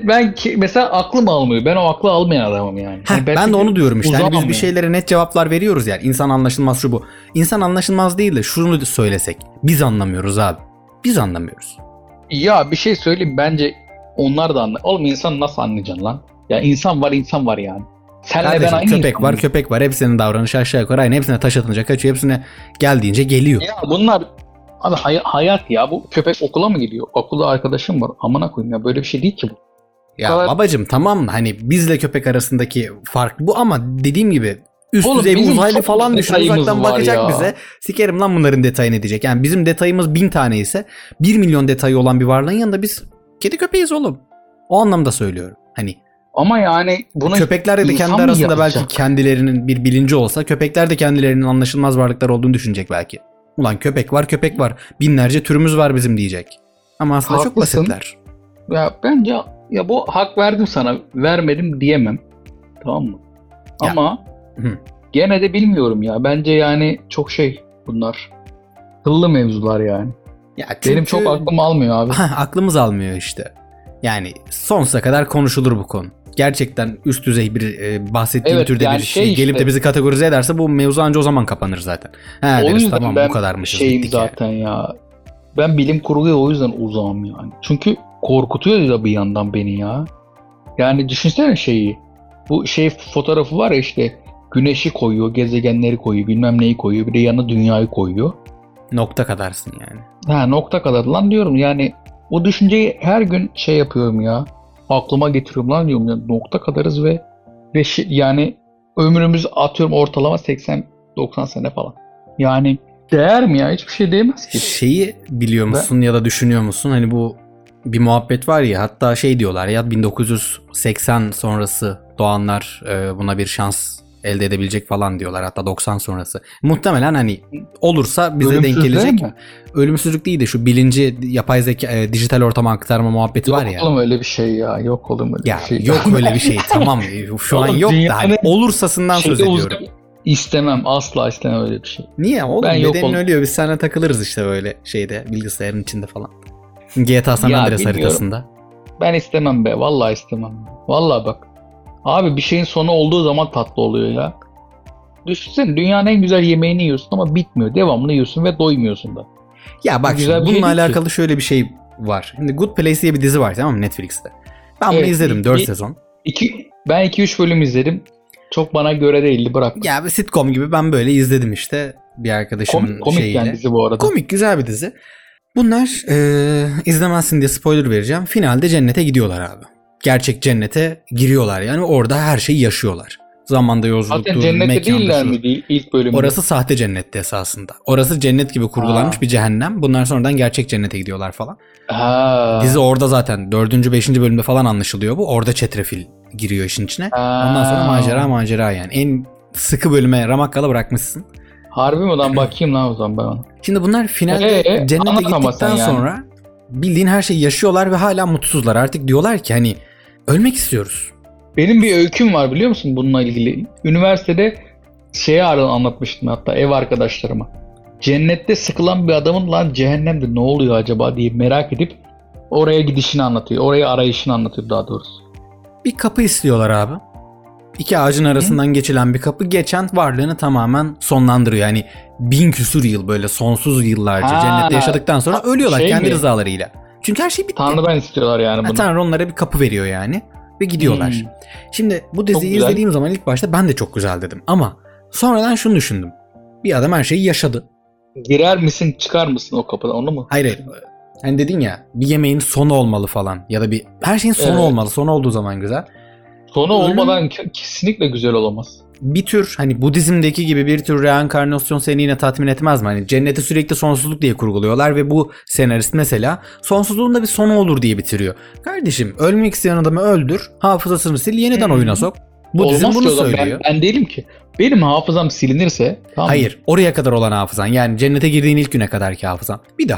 mesela aklım almıyor. Ben o aklı almayan adamım yani. Hani
Ben de onu diyorum işte. Hani biz
uzamam
bir
yani.
şeylere net cevaplar veriyoruz yani. İnsan anlaşılmaz şu bu. İnsan anlaşılmaz değil de şunu söylesek. Biz anlamıyoruz abi. Biz anlamıyoruz.
Ya bir şey söyleyeyim, bence onlar da anlar. Oğlum insan nasıl anlayacaksın lan? Ya insan var yani. Senle ben
Kardeşim
aynı
köpek
insan
var
mıyız?
köpek var. Hepsinin davranışı aşağı yukarı aynı. Hepsine taş atınca kaçıyor. Hepsine geldiğince geliyor.
Ya bunlar abi hayat ya. Bu köpek okula mı gidiyor? Okulda arkadaşım var. Amına koyayım ya, böyle bir şey değil ki bu.
Ya
kadar-
babacım tamam hani bizle köpek arasındaki fark bu ama dediğim gibi üst
Oğlum
düzey bir
bizim
uzaylı
çok
falan düşün.
detayımız
Uzaktan
var
bakacak
ya.
bize. Sikerim lan bunların detayını diyecek. Yani bizim detayımız 1000 tane ise 1 milyon detayı olan bir varlığın yanında biz kedi köpeğiz oğlum. O anlamda söylüyorum. Hani
Ama yani bunu
köpekler de
insan
kendi
mı
arasında belki
yapacak?
kendilerinin bir bilinci olsa köpekler de kendilerinin anlaşılmaz varlıklar olduğunu düşünecek belki. Ulan köpek var köpek var. Binlerce türümüz var bizim diyecek. Ama aslında çok
Haklısın.
basitler.
Ya bence ya bu hak verdim sana, vermedim diyemem. Tamam mı?
Ya.
Ama
Hı.
gene de bilmiyorum ya. Bence yani çok şey bunlar. Kıllı mevzular yani.
Ya
Benim çok aklım almıyor abi.
Aklımız almıyor işte. Yani sonsuza kadar konuşulur bu konu. Gerçekten üst düzey bir bahsettiğim
Evet,
türde
yani
bir şey
şey
gelip
işte.
de bizi kategorize ederse bu mevzu anca o zaman kapanır zaten. Ha
O
deriz
yüzden
tamam
ben
bu kadarmışız
şeyim
bittik yani.
zaten ya. Ben bilim kurguya o yüzden uzağım yani. Çünkü korkutuyor da bir yandan beni ya. Yani düşünsene şeyi. Bu şey fotoğrafı var ya, işte güneşi koyuyor, gezegenleri koyuyor, bilmem neyi koyuyor, bir de yanına dünyayı koyuyor.
Nokta kadarsın yani.
Ha, nokta kadar lan diyorum yani, o düşünceyi her gün şey yapıyorum ya, aklıma getiriyorum lan diyorum ya, nokta kadarız ve yani ömrümüz atıyorum ortalama 80-90 sene falan. Yani değer mi ya? Hiçbir şey değmez ki.
Şeyi biliyor musun ya da düşünüyor musun? Hani bu bir muhabbet var ya, hatta şey diyorlar ya 1980 sonrası doğanlar buna bir şans elde edebilecek falan diyorlar, hatta 90 sonrası. Muhtemelen hani olursa bize denk
Ölümsüzlüğe
gelecek.
mi?
Ölümsüzlük değil de şu bilinci yapay zeka dijital ortama aktarma muhabbeti
Yok
var ya.
oğlum öyle bir şey ya. Yok oğlum öyle
Ya
bir şey.
yok öyle bir şey tamam şu an
Oğlum
yok da hani
dünyanın
olursasından söz
şeyde
ediyorum.
İstemem. Asla istemem öyle bir şey.
Niye oğlum?
Ben yok
Bedenin
ol-
ölüyor. Biz seninle takılırız işte böyle şeyde, bilgisayarın içinde falan. GTA San
Ya
Andreas
bilmiyorum.
haritasında.
Ben istemem be. Vallahi istemem. Vallahi bak. Abi bir şeyin sonu olduğu zaman tatlı oluyor ya. Düşünsene dünyanın en güzel yemeğini yiyorsun ama bitmiyor. Devamlı yiyorsun ve doymuyorsun da.
Ya bak
Güzel
şimdi
bir şey
bununla
değil ki.
alakalı şöyle bir şey var. Şimdi Good Place diye bir dizi var, tamam mı, Netflix'te. Ben bunu
Evet,
izledim 4 sezon.
Ben 2-3 bölüm izledim. Çok bana göre değildi. Bıraktım.
Ya bir sitcom gibi ben böyle izledim işte bir arkadaşımın
Komik
şeyiyle.
yani dizi bu arada.
Komik, güzel bir dizi. Bunlar izlemezsin diye spoiler vereceğim. Finalde cennete gidiyorlar abi. Gerçek cennete giriyorlar yani orada her şeyi yaşıyorlar. Zamanda
Zaten
yolculuktur,
cennette
mekandır.
değiller
şu.
mi değil ilk bölümde?
Orası sahte cennetti esasında. Orası cennet gibi kurgulanmış
Ha.
bir cehennem. Bunlar sonradan gerçek cennete gidiyorlar falan.
Ha.
Dizi orada zaten 4. 5. bölümde falan anlaşılıyor bu. Orada çetrefil giriyor işin içine. Ondan sonra macera yani. En sıkı bölüme ramakkala bırakmışsın.
Harbi mi lan, bakayım lan o zaman ben ona.
Şimdi bunlar finalde cennete
anlat ama
gittikten
sen yani.
sonra bildiğin her şeyi yaşıyorlar ve hala mutsuzlar. Artık diyorlar ki hani ölmek istiyoruz.
Benim bir öyküm var biliyor musun bununla ilgili? Üniversitede anlatmıştım hatta ev arkadaşlarıma. Cennette sıkılan bir adamın lan cehennemde ne oluyor acaba diye merak edip oraya gidişini anlatıyor. Oraya arayışını anlatıyor daha doğrusu.
Bir kapı istiyorlar abi. İki ağacın arasından geçilen bir kapı geçen varlığını tamamen sonlandırıyor. Yani 1000 küsur yıl böyle sonsuz yıllarca
Ha,
cennette yaşadıktan sonra ölüyorlar
şey
kendi
mi?
rızalarıyla. Çünkü her şey bitti.
Tanrı'dan istiyorlar yani
Ha,
bunu.
Tanrı onlara bir kapı veriyor yani ve gidiyorlar.
Hmm.
Şimdi bu diziyi
güzel.
izlediğim zaman ilk başta ben de çok güzel dedim. Ama sonradan şunu düşündüm. Bir adam her şeyi yaşadı.
Girer misin çıkar mısın o kapıdan onu mu?
Hayır. Hani dedin ya bir yemeğin sonu olmalı falan. Ya da bir her şeyin sonu
Evet.
olmalı. Sonu olduğu zaman güzel.
Sonu
Ölüm-
olmadan kesinlikle güzel olamaz.
Bir tür hani Budizm'deki gibi bir tür reenkarnasyon seni yine tatmin etmez mi? Hani cenneti sürekli sonsuzluk diye kurguluyorlar ve bu senarist mesela sonsuzluğun da bir sonu olur diye bitiriyor. Kardeşim ölmek isteyen adamı öldür, hafızasını sil, yeniden oyuna sok. Budizm
Olmaz
bunu
ki o zaman.
söylüyor.
Ben değilim ki. Benim hafızam silinirse tamam mı?
Hayır, oraya kadar olan hafızan yani cennete girdiğin ilk güne kadarki hafızan.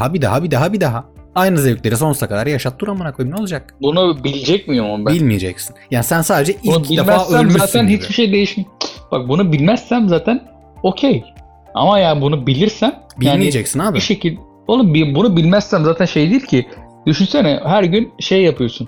Bir daha. Aynı zevkleri sonsuza kadar yaşat dur amına koyayım ne olacak?
Bunu bilecek miyim ama ben?
Bilmeyeceksin. Yani sen sadece
Bunu
ilk defa
bilmezsem
ölmüşsün
zaten
gibi.
hiçbir şey değişmiyor. Bak bunu bilmezsem zaten okey. Ama ya bunu bilirsem
Bilmeyeceksin
yani
abi.
bir şekilde oğlum bunu bilmezsem zaten şey değil ki. Düşünsene her gün şey yapıyorsun.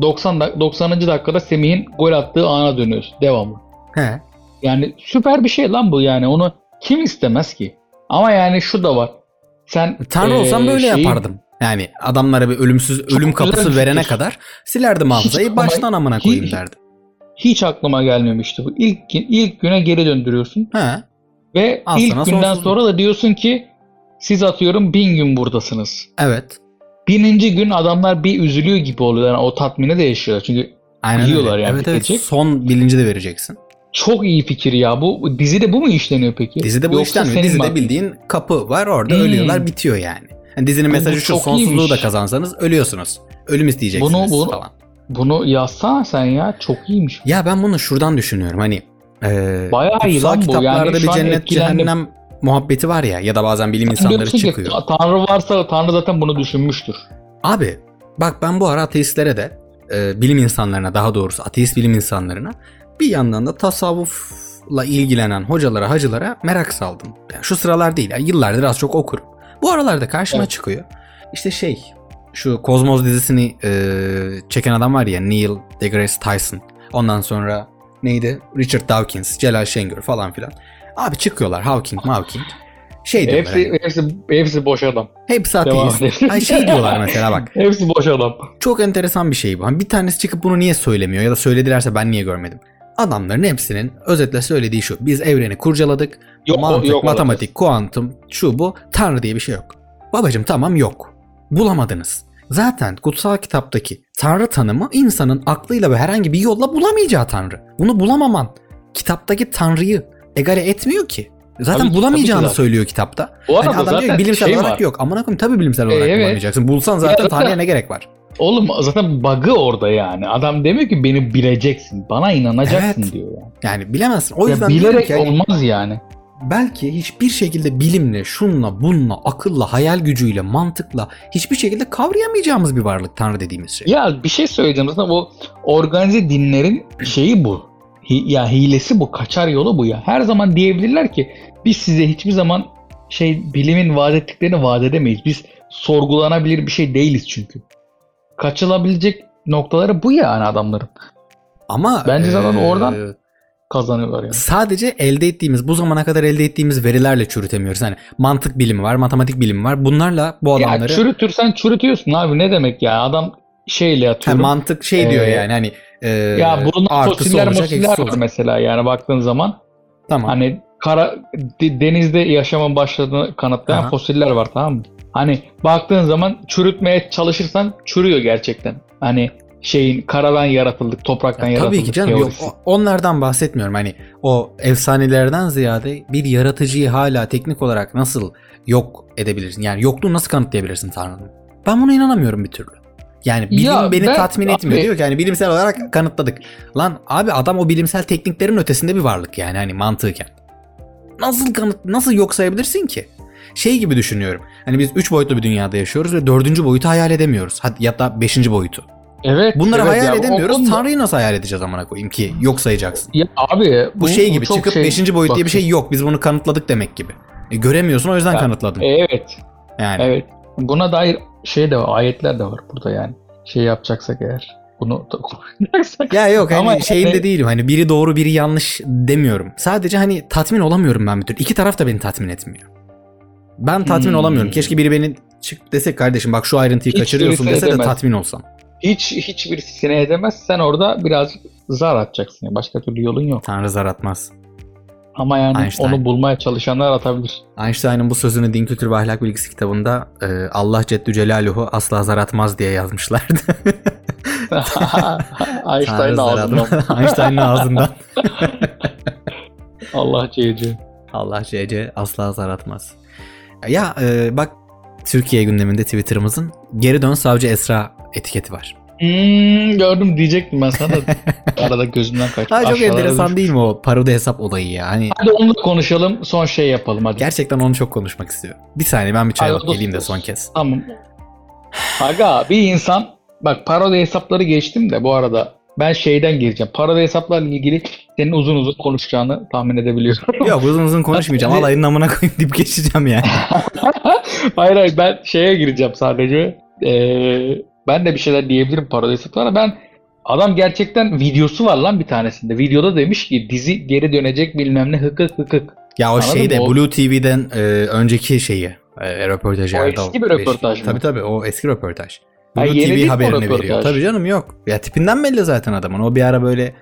90. dakikada Semih'in gol attığı ana dönüyorsun devamlı.
He.
Yani süper bir şey lan bu yani. Onu kim istemez ki? Ama yani şu da var. Sen
Tanrı olsam böyle yapardım. Yani adamlara bir ölüm
güzel
kapısı
bir
verene
fikir.
kadar silerdim hafızayı
Hiç-
baştan amına koyayım
hiç-
derdim.
Hiç aklıma gelmemişti bu. İlk güne geri döndürüyorsun.
He.
Ve
Al
ilk
sana
günden
sonsuzluk.
sonra da diyorsun ki siz atıyorum 1000 gün buradasınız.
Evet.
1000. gün adamlar bir üzülüyor gibi oluyor. Yani o tatmini de yaşıyorlar. Çünkü
Aynen
Biliyorlar
öyle.
yani
Evet evet.
bitecek.
Son bilinci de vereceksin.
çok iyi fikir ya. Bu dizide bu mu işleniyor peki?
Dizide bu
Yoksa
işlenmiyor.
senin
Dizide
mi?
bildiğin kapı var orada
Hmm.
ölüyorlar bitiyor yani. Yani dizinin
Bu
mesajı şu
çok
sonsuzluğu
iyiymiş.
da kazansanız ölüyorsunuz. Ölüm isteyeceksiniz
Bunu-
falan.
Bunu yazsana sen ya. Çok iyiymiş.
Ya ben bunu şuradan düşünüyorum hani
Bayağı iyi
kutsal
lan bu.
kitaplarda
Yani
bir
şu an
cennet
etkilendim.
cehennem muhabbeti var ya da bazen bilim
Sen
insanları
diyorsun ki,
çıkıyor.
Tanrı varsa Tanrı zaten bunu düşünmüştür.
Abi bak ben bu ara ateistlere de bilim insanlarına daha doğrusu ateist bilim insanlarına bir yandan da tasavvufla ilgilenen hocalara hacılara merak saldım. Yani şu sıralar değil yani yıllardır az çok okurum. Bu aralarda karşıma
Evet.
çıkıyor. İşte şu Kozmos dizisini çeken adam var ya Neil deGrasse Tyson. Ondan sonra neydi? Richard Dawkins, Celal Şengör falan filan. Abi çıkıyorlar Hawking. Diyorlar hani,
Hepsi boş adam.
hepsi
Devam
ateist.
edelim.
Ay diyorlar mesela bak.
Hepsi boş adam.
Çok enteresan bir şey bu. Hani bir tanesi çıkıp bunu niye söylemiyor ya da söyledilerse ben niye görmedim? Adamların hepsinin özetle söylediği şu. Biz evreni kurcaladık. Mantık, matematik, kuantum, şu bu. Tanrı diye bir şey yok. Babacım tamam yok. Bulamadınız. Zaten kutsal kitaptaki Tanrı tanımı insanın aklıyla ve herhangi bir yolla bulamayacağı Tanrı. Bunu bulamaman kitaptaki Tanrı'yı egale etmiyor ki. Zaten
Tabii ki,
bulamayacağını
tabii ki
söylüyor kitapta.
Bu
Hani
arada
adam diyor ki
zaten
bilimsel
şey
olarak
var.
yok. Amına koyayım tabii bilimsel olarak
Evet.
bulamayacaksın. Bulsan zaten
zaten-
Tanrı'ya ne gerek var?
Oğlum zaten bug'ı orada yani. Adam demiyor ki beni bileceksin. Bana inanacaksın
Evet.
diyor yani.
Yani bilemezsin. O
Ya
yüzden diyorum
bilerek
ki hani
olmaz yani.
belki hiçbir şekilde bilimle, şunla, bununla, akılla, hayal gücüyle, mantıkla hiçbir şekilde kavrayamayacağımız bir varlık Tanrı dediğimiz şey.
Ya bir şey söyleyeceğim zaten bu organize dinlerin şeyi bu. ya hilesi bu, kaçar yolu bu ya. Her zaman diyebilirler ki biz size hiçbir zaman bilimin vaat ettiklerini vaat edemeyiz. Biz sorgulanabilir bir şey değiliz çünkü. Kaçılabilecek noktaları bu yani adamların.
Ama
bence zaten oradan kazanıyorlar yani.
Sadece bu zamana kadar elde ettiğimiz verilerle çürütemiyoruz. Hani mantık bilimi var, matematik bilimi var. Bunlarla bu adamları...
Ya çürütürsen çürütüyorsun abi, ne demek ya? Adam şeyle atıyorum.
Mantık diyor yani hani
ya bunun fosiller var
olacak.
mesela yani baktığın zaman.
Tamam.
Hani denizde yaşamın başladığını kanıtlayan fosiller var, tamam mı? Hani baktığın zaman çürütmeye çalışırsan çürüyor gerçekten. Hani karadan yaratıldık, topraktan yaratıldık.
Tabii ki canım, yok, onlardan bahsetmiyorum. Hani o efsanelerden ziyade bir yaratıcıyı hala teknik olarak nasıl yok edebilirsin? Yani yokluğunu nasıl kanıtlayabilirsin Tanrı'nın? Ben buna inanamıyorum bir türlü. Yani bilim beni tatmin etmiyor. Diyor ki hani bilimsel olarak kanıtladık. Lan abi, adam o bilimsel tekniklerin ötesinde bir varlık yani, hani mantıken. Nasıl yok sayabilirsin ki? Gibi düşünüyorum. Hani biz 3 boyutlu bir dünyada yaşıyoruz ve 4. boyutu hayal edemiyoruz. Ya da 5. boyutu.
Evet.
Bunları hayal edemiyoruz. Tanrı'yı nasıl hayal edeceğiz amına koyayım ki yok sayacaksın?
Ya abi
bu gibi çıkıp 5. boyut diye bir şey yok. Biz bunu kanıtladık demek gibi. Göremiyorsun, o yüzden kanıtladın.
Evet.
Yani.
Evet. Buna dair de var, ayetler de var burada yani. Yapacaksak eğer. Bunu da konuşacaksak.
Ya yok hani de değilim. Hani biri doğru biri yanlış demiyorum. Sadece hani tatmin olamıyorum ben bir türlü. İki taraf da beni tatmin etmiyor. Ben tatmin olamıyorum. Keşke biri beni çık desek, kardeşim bak şu ayrıntıyı kaçırıyorsun dese de tatmin olsam.
Hiçbirisi seni edemez. Sen orada birazcık zar atacaksın. Yani. Başka türlü yolun yok.
Tanrı zar atmaz.
Ama yani onu bulmaya çalışanlar atabilir.
Einstein'ın bu sözünü Din Kültürü ve Ahlak Bilgisi kitabında Allah Ceddü Celaluhu asla zar atmaz diye yazmışlardı.
Einstein'ın ağzından.
Einstein'ın ağzından.
Allah
CC asla zar atmaz. Ya bak, Türkiye gündeminde Twitter'ımızın geri dön savcı Esra etiketi var.
Gördüm diyecektim ben sana. Arada gözümden kaçtı.
Çok enteresan değil mi o parodi hesap olayı ya? Hani...
Hadi onu da konuşalım, son yapalım hadi.
Gerçekten onu çok konuşmak istiyorum. Bir saniye, ben bir çay alıp geleyim de son kez.
Tamam. Aga bir insan, bak parodi hesapları geçtim de bu arada ben gireceğim. Parodi hesaplarla ilgili senin uzun uzun konuşacağını tahmin edebiliyorum.
Yok, uzun konuşmayacağım. Alayın namına koyayım deyip geçeceğim yani.
Hayır ben gireceğim sadece. Ben de bir şeyler diyebilirim parodi hesaplarına. Adam gerçekten videosu var lan bir tanesinde. Videoda demiş ki dizi geri dönecek bilmem ne hıkık.
Ya o Blue TV'den önceki röportajı.
O eski bir röportaj mı?
Tabii o eski röportaj. Blue TV haberini veriyor. Tabii canım, yok. Ya tipinden belli zaten adamın. O bir ara böyle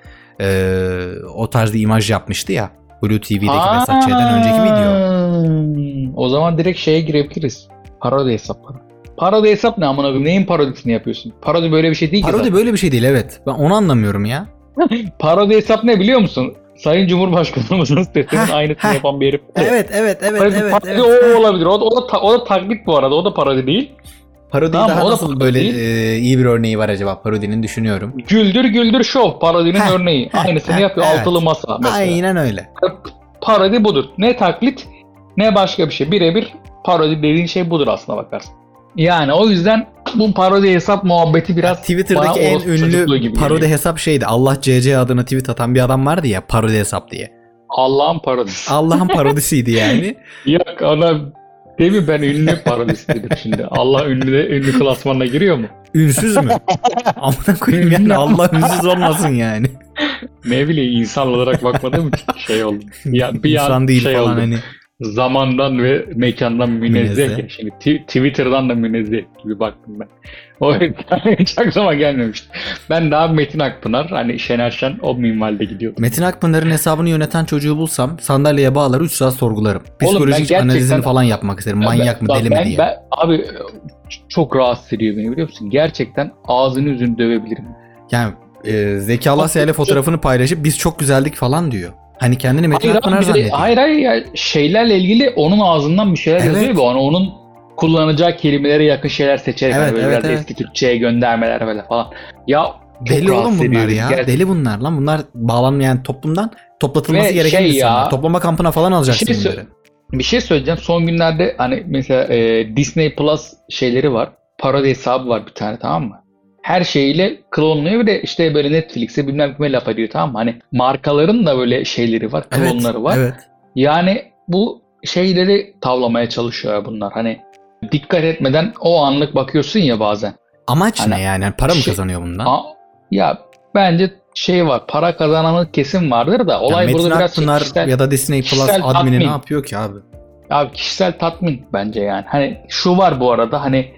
o tarz bir imaj yapmıştı ya. Blue TV'deki Mesut Ç'den önceki video.
O zaman direkt girebiliriz. Parodi hesapları. Parodi hesap ne amına koyayım? Neyin parodisini yapıyorsun? Parodi böyle bir şey değil ki zaten.
Parodi böyle bir şey değil, evet. Ben onu anlamıyorum ya.
Parodi hesap ne biliyor musun? Sayın Cumhurbaşkanımızın sesinin aynısını yapan bir herif.
Evet.
Parodi o olabilir. O da taklit bu arada. O da parodi değil.
Parodi daha nasıl böyle iyi bir örneği var acaba parodinin, düşünüyorum.
Güldür Show parodinin örneği. Aynısını yapıyor. Evet. Altılı Masa mesela.
Aynen öyle.
Parodi budur. Ne taklit ne başka bir şey. Birebir parodi dediğin şey budur aslına bakarsın. Yani o yüzden bu parodi hesap muhabbeti biraz
Twitter'daki en ünlü parodi hesap Allah CC adına tweet atan bir adam vardı ya, parodi hesap diye.
Allah'ın parodisi.
Allah'ın parodisiydi yani.
Yok ona değil mi, ben ünlü parodisi dedim şimdi. Allah ünlü klasmanına giriyor mu?
Ünsüz mü? Amına koyayım yani, Allah ünsüz olmasın yani.
Ne bileyim, insan olarak bakmadığım için oldu. Bir
İnsan değil falan oldu. Hani.
Zamandan ve mekandan münezzeh. Şimdi Twitter'dan da münezzeh gibi baktım ben. O hiç aklıma gelmemişti. Ben daha Metin Akpınar, hani Şener Şen o minvalde gidiyordum.
Metin Akpınar'ın hesabını yöneten çocuğu bulsam sandalyeye bağlar 3 saat sorgularım. Psikolojik analizini falan yapmak isterim. Manyak mı, deli mi diye.
Abi çok rahatsız ediyor beni, biliyor musun? Gerçekten ağzını yüzünü dövebilirim.
Yani Zeki Alasya ile fotoğrafını paylaşıp biz çok güzeldik falan diyor. Hani kendini Metin Akpınar zannediyor.
Hayır ya, şeylerle ilgili onun ağzından bir şeyler yazıyor bu. Onun kullanacağı kelimelere yakın şeyler seçerek biraz eski Türkçe'ye göndermeler böyle falan. Ya
deli oğlum bunlar ya. Gerçekten. Deli bunlar lan. Bunlar bağlanmayan toplumdan toplatılması gereken insanlar. Toplama kampına falan alacaksın bunları.
Bir şey söyleyeceğim. Son günlerde hani mesela Disney Plus şeyleri var. Parodi hesabı var bir tane, tamam mı? her şeyiyle klonluyor. Bir de işte böyle Netflix'e bilmem kime laf ediyor, tamam mı? Hani markaların da böyle şeyleri var,
Evet,
klonları var.
evet.
Yani bu şeyleri tavlamaya çalışıyor bunlar. Hani dikkat etmeden o anlık bakıyorsun ya bazen.
Amaç
Hani
ne yani? Hani para mı
şey,
kazanıyor bundan?
ya bence şey var, para kazananı kesin vardır da
Ya
olay
Metin
burada biraz
Akpınar
kişisel,
ya da Disney Plus
kişisel
admini ne
tatmin.
yapıyor ki abi?
Abi kişisel tatmin bence yani. Hani şu var bu arada, hani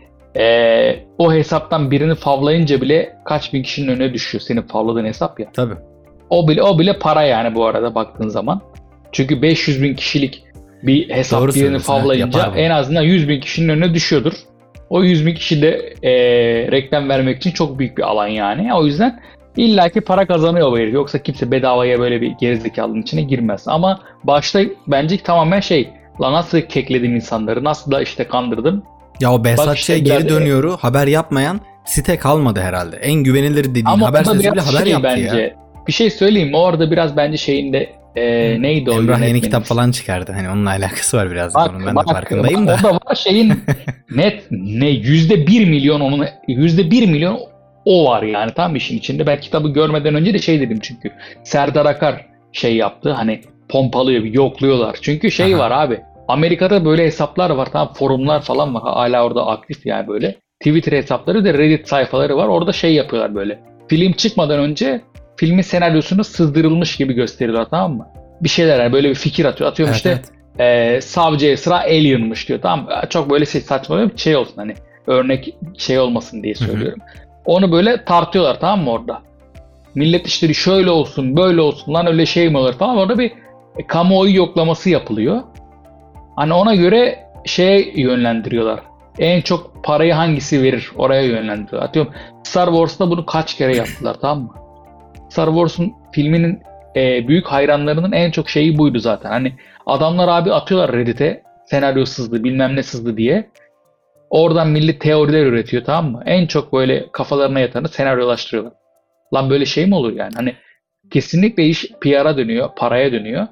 o hesaptan birini favlayınca bile kaç bin kişinin önüne düşüyor senin favladığın hesap ya.
Tabii.
O bile para yani bu arada baktığın zaman. Çünkü 500 bin kişilik bir hesap
Doğru
birini
söylüyorsun, evet,
favlayınca
yapar bunu.
en azından 100 bin kişinin önüne düşüyordur. O 100 bin kişi de reklam vermek için çok büyük bir alan yani. O yüzden illaki para kazanıyor bu herif. Yoksa kimse bedavaya böyle bir gerizekalının içine girmez. Ama başta bence tamamen la nasıl kekledim insanları, nasıl da işte kandırdım.
Ya o
Bak
Behzatçı'ya
işte biraz,
geri dönüyoru haber yapmayan site kalmadı herhalde. En güvenilir dediğin
ama
haber
o da
sitesi bile
biraz
haber yaptı
bence.
ya.
Bir şey söyleyeyim mi? Orada biraz bence şeyinde neydi o
Emrah yeni
yönetmenin
kitap
ismi?
falan çıkardı. Hani onunla alakası var birazcık
Bak
onun. Ben de
bak
farkındayım da.
o da var şeyin net ne %1 milyon onun, %1 milyon o var yani tam işin içinde. Ben kitabı görmeden önce de şey dedim çünkü Serdar Akar şey yaptı, hani pompalıyor, bir yokluyorlar. Çünkü şey
Aha.
var abi, Amerika'da böyle hesaplar var, tamam, forumlar falan var hala orada aktif yani, böyle Twitter hesapları da Reddit sayfaları var, orada şey yapıyorlar böyle. Film çıkmadan önce filmin senaryosunu sızdırılmış gibi gösteriyorlar, tamam mı? Bir şeyler yani, böyle bir fikir atıyor. Atıyorum
Evet,
işte
evet.
Savcı Esra Alien'mış diyor. Tamam mı? Çok böyle saçma bir şey olsun, hani örnek şey olmasın diye söylüyorum. Onu böyle tartıyorlar, tamam mı orada? Millet işte şöyle olsun böyle olsun lan, öyle şey mi olur falan, orada bir kamuoyu yoklaması yapılıyor. Hani ona göre şeye yönlendiriyorlar. En çok parayı hangisi verir oraya yönlendiriyorlar. Atıyorum Star Wars'ta bunu kaç kere yaptılar, tamam mı? Star Wars'un filminin büyük hayranlarının en çok şeyi buydu zaten. Hani adamlar abi atıyorlar Reddit'e senaryo sızdı bilmem ne sızdı diye. Oradan millet teoriler üretiyor, tamam mı? En çok böyle kafalarına yatanı senaryolaştırıyorlar. Lan böyle şey mi olur yani? Hani kesinlikle iş PR'a dönüyor, paraya dönüyor.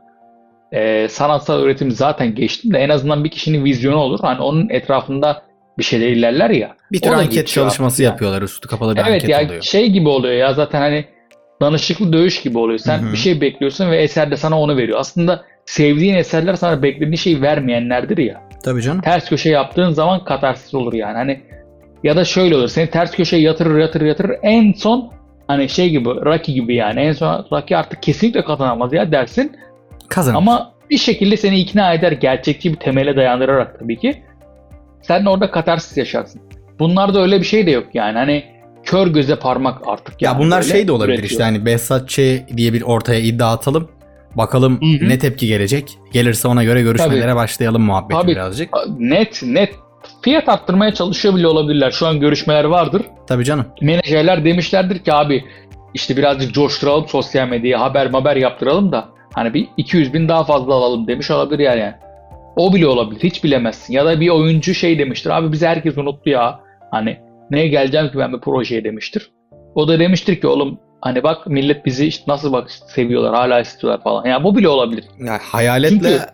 Sanatsal üretim zaten geçtim de en azından bir kişinin vizyonu olur. Hani onun etrafında bir şeyler ilerler ya.
Bir tür
O da
anket
geçiyor artık
çalışması
yani.
yapıyorlar. Üstü kapalı bir
Evet
anket
ya,
oluyor.
şey gibi oluyor ya zaten, hani danışıklı dövüş gibi oluyor. Sen
Hı hı.
bir şey bekliyorsun ve eser de sana onu veriyor. Aslında sevdiğin eserler sana beklediğin şeyi vermeyenlerdir ya.
Tabii canım.
Ters köşe yaptığın zaman katarsis olur yani. Hani ya da şöyle olur. Seni ters köşeye yatırır. En son hani şey gibi, Rocky gibi yani. En son Rocky artık kesinlikle kazanamaz ya dersin.
Kazanır.
Ama bir şekilde seni ikna eder, gerçekçi bir temele dayandırarak tabii ki. Sen orada katarsis yaşarsın. Bunlarda öyle bir şey de yok yani. Hani kör göze parmak artık
Ya
yani,
bunlar
böyle
şey de olabilir
üretiyor.
işte, hani Behzatçı diye bir ortaya iddia atalım. Bakalım
Hı hı.
ne tepki gelecek. Gelirse ona göre görüşmelere
Tabii.
başlayalım muhabbeti
Tabii
birazcık.
net fiyat arttırmaya çalışıyor bile olabilirler. Şu an görüşmeler vardır.
Tabii canım.
Menajerler demişlerdir ki abi işte birazcık coşturalım sosyal medyayı, haber yaptıralım da hani bir 200 bin daha fazla alalım demiş olabilir yani. O bile olabilir, hiç bilemezsin. Ya da bir oyuncu şey demiştir, abi bizi herkes unuttu ya. Hani neye geleceğim ki ben bir projeye demiştir. O da demiştir ki oğlum hani bak millet bizi işte nasıl bak seviyorlar, hala istiyorlar falan. Yani bu bile olabilir.
Ya Hayalet'le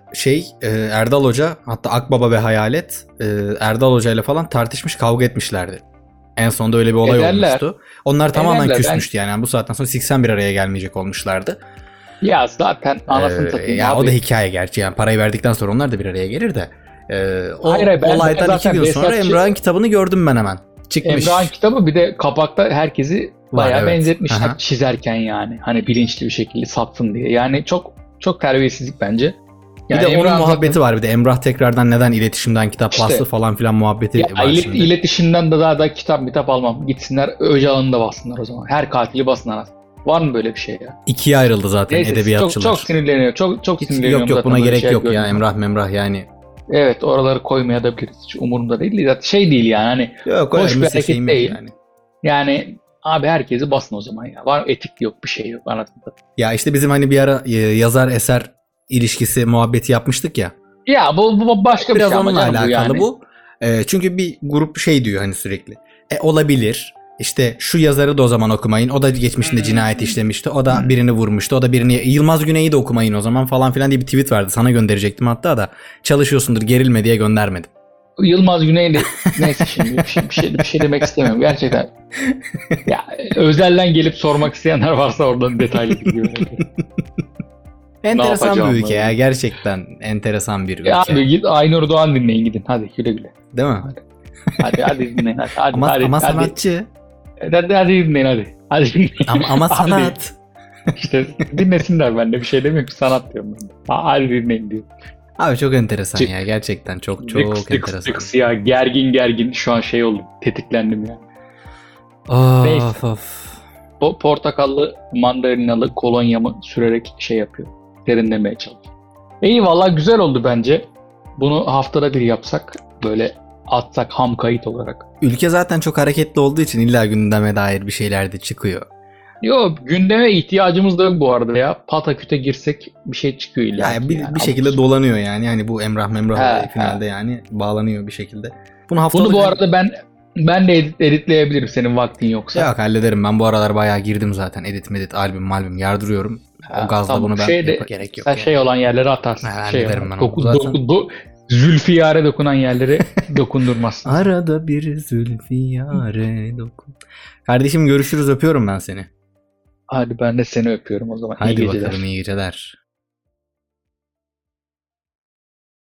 Erdal Hoca, hatta Akbaba ve Hayalet Erdal Hoca ile falan tartışmış, kavga etmişlerdi. En sonunda öyle bir olay
Ederler.
olmuştu. Onlar tamamen
Ederler.
küsmüştü yani. Bu saatten sonra siksen bir araya gelmeyecek olmuşlardı.
Ya zaten anasını satayım
Ya
abi.
o da hikaye gerçi, yani parayı verdikten sonra onlar da bir araya gelir de. O
Hayır, ben
olaydan
zaten
2 gün sonra
Behzatçı-
Emrah'ın kitabını gördüm ben hemen. Çıkmış.
Emrah'ın kitabı bir de kapakta herkesi
Var,
bayağı
evet.
benzetmişler
Aha.
çizerken yani. Hani bilinçli bir şekilde satsın diye. Yani çok çok terbiyesizlik bence.
Bir
Yani
de onun
Emrah
muhabbeti
zaten-
var, bir de Emrah tekrardan neden iletişimden kitap
İşte.
bastı falan filan muhabbeti
Ya,
var şimdi.
iletişimden de daha da kitap almam. Gitsinler Öcalan'ı da bassınlar o zaman. Her katili basınlar. Var mı böyle bir şey ya?
İkiye ayrıldı zaten
Neyse
edebiyatçılar.
çok sinirleniyor. Çok
Hiç,
sinirleniyorum
yok
zaten
buna
böyle
gerek
şeyler
yok ya,
gördüğümde.
Emrah yani.
Evet, oraları koymaya da biliriz. Hiç umurumda değil. Zaten şey değil yani, hani
Yok
hoş
öyle
bir hareket
şeyim
değil.
yok yani.
Yani abi herkesi basın o zaman ya. Var etik yok, bir şey yok anladın mı?
Ya işte bizim hani bir ara yazar eser ilişkisi muhabbeti yapmıştık ya.
Ya bu başka bir
Biraz
şey ama
onunla
canım
alakalı
bu
bu.
yani.
Çünkü bir grup şey diyor hani sürekli. Olabilir. İşte şu yazarı da o zaman okumayın. O da geçmişinde cinayet işlemişti. O da birini vurmuştu. O da birini... Yılmaz Güney'i de okumayın o zaman falan filan diye bir tweet vardı. Sana gönderecektim hatta da. Çalışıyorsundur, gerilme diye göndermedim.
Yılmaz Güneyli neyse şimdi bir şey demek istemiyorum gerçekten. Ya özelden gelip sormak isteyenler varsa oradan detaylı bilgi verebilirim.
Enteresan bir
yapacağım
ülke
ben?
ya. Gerçekten enteresan bir ülke.
Ya abi git Aynur Doğan dinleyin gidin. Hadi güle güle.
Değil mi?
Hadi dinleyin hadi.
Ama,
hadi,
ama
hadi.
sanatçı.
Hadi dinleyin hadi. Hadi dinleyin.
Ama
Hadi.
sanat.
İşte dinlesinler, ben de bir şey demiyorum ki, sanat diyorum ben de. Hadi dinleyin diyor.
Abi çok enteresan
Çık.
ya. Gerçekten çok
Dıks
enteresan.
ya, gergin şu an şey oldum, tetiklendim ya. Neyse.
Of.
O portakallı mandalinalı kolonyamı sürerek şey yapıyor. Derinlemeye çalışıyor. İyi valla, güzel oldu bence. Bunu haftada bir yapsak, böyle atsak ham kayıt olarak.
Ülke zaten çok hareketli olduğu için illa gündeme dair bir şeyler de çıkıyor.
Yok, gündeme ihtiyacımız da yok bu arada ya. Pataküte girsek bir şey çıkıyor illa.
Yani
ki
bir şekilde dolanıyor yani. Hani bu Emrah
He,
finalde yani bağlanıyor bir şekilde. Bunu haftalık...
Bunu bu arada ben de editleyebilirim senin vaktin yoksa.
Yok, hallederim. Ben bu aralar bayağı girdim zaten. Edit, albüm yardırıyorum. O gazla
tamam.
bunu ben gerek yok.
Sen
Yani.
şey olan yerlere atarsın.
Ha,
Şey
hallederim
olan,
ben onu zaten.
Zülfiyare dokunan yerlere dokundurmazsın.
Arada bir zülfiyare dokun. Kardeşim görüşürüz, öpüyorum ben seni.
Hadi ben de seni öpüyorum o zaman. İyi
Haydi
geceler.
bakalım, iyi geceler.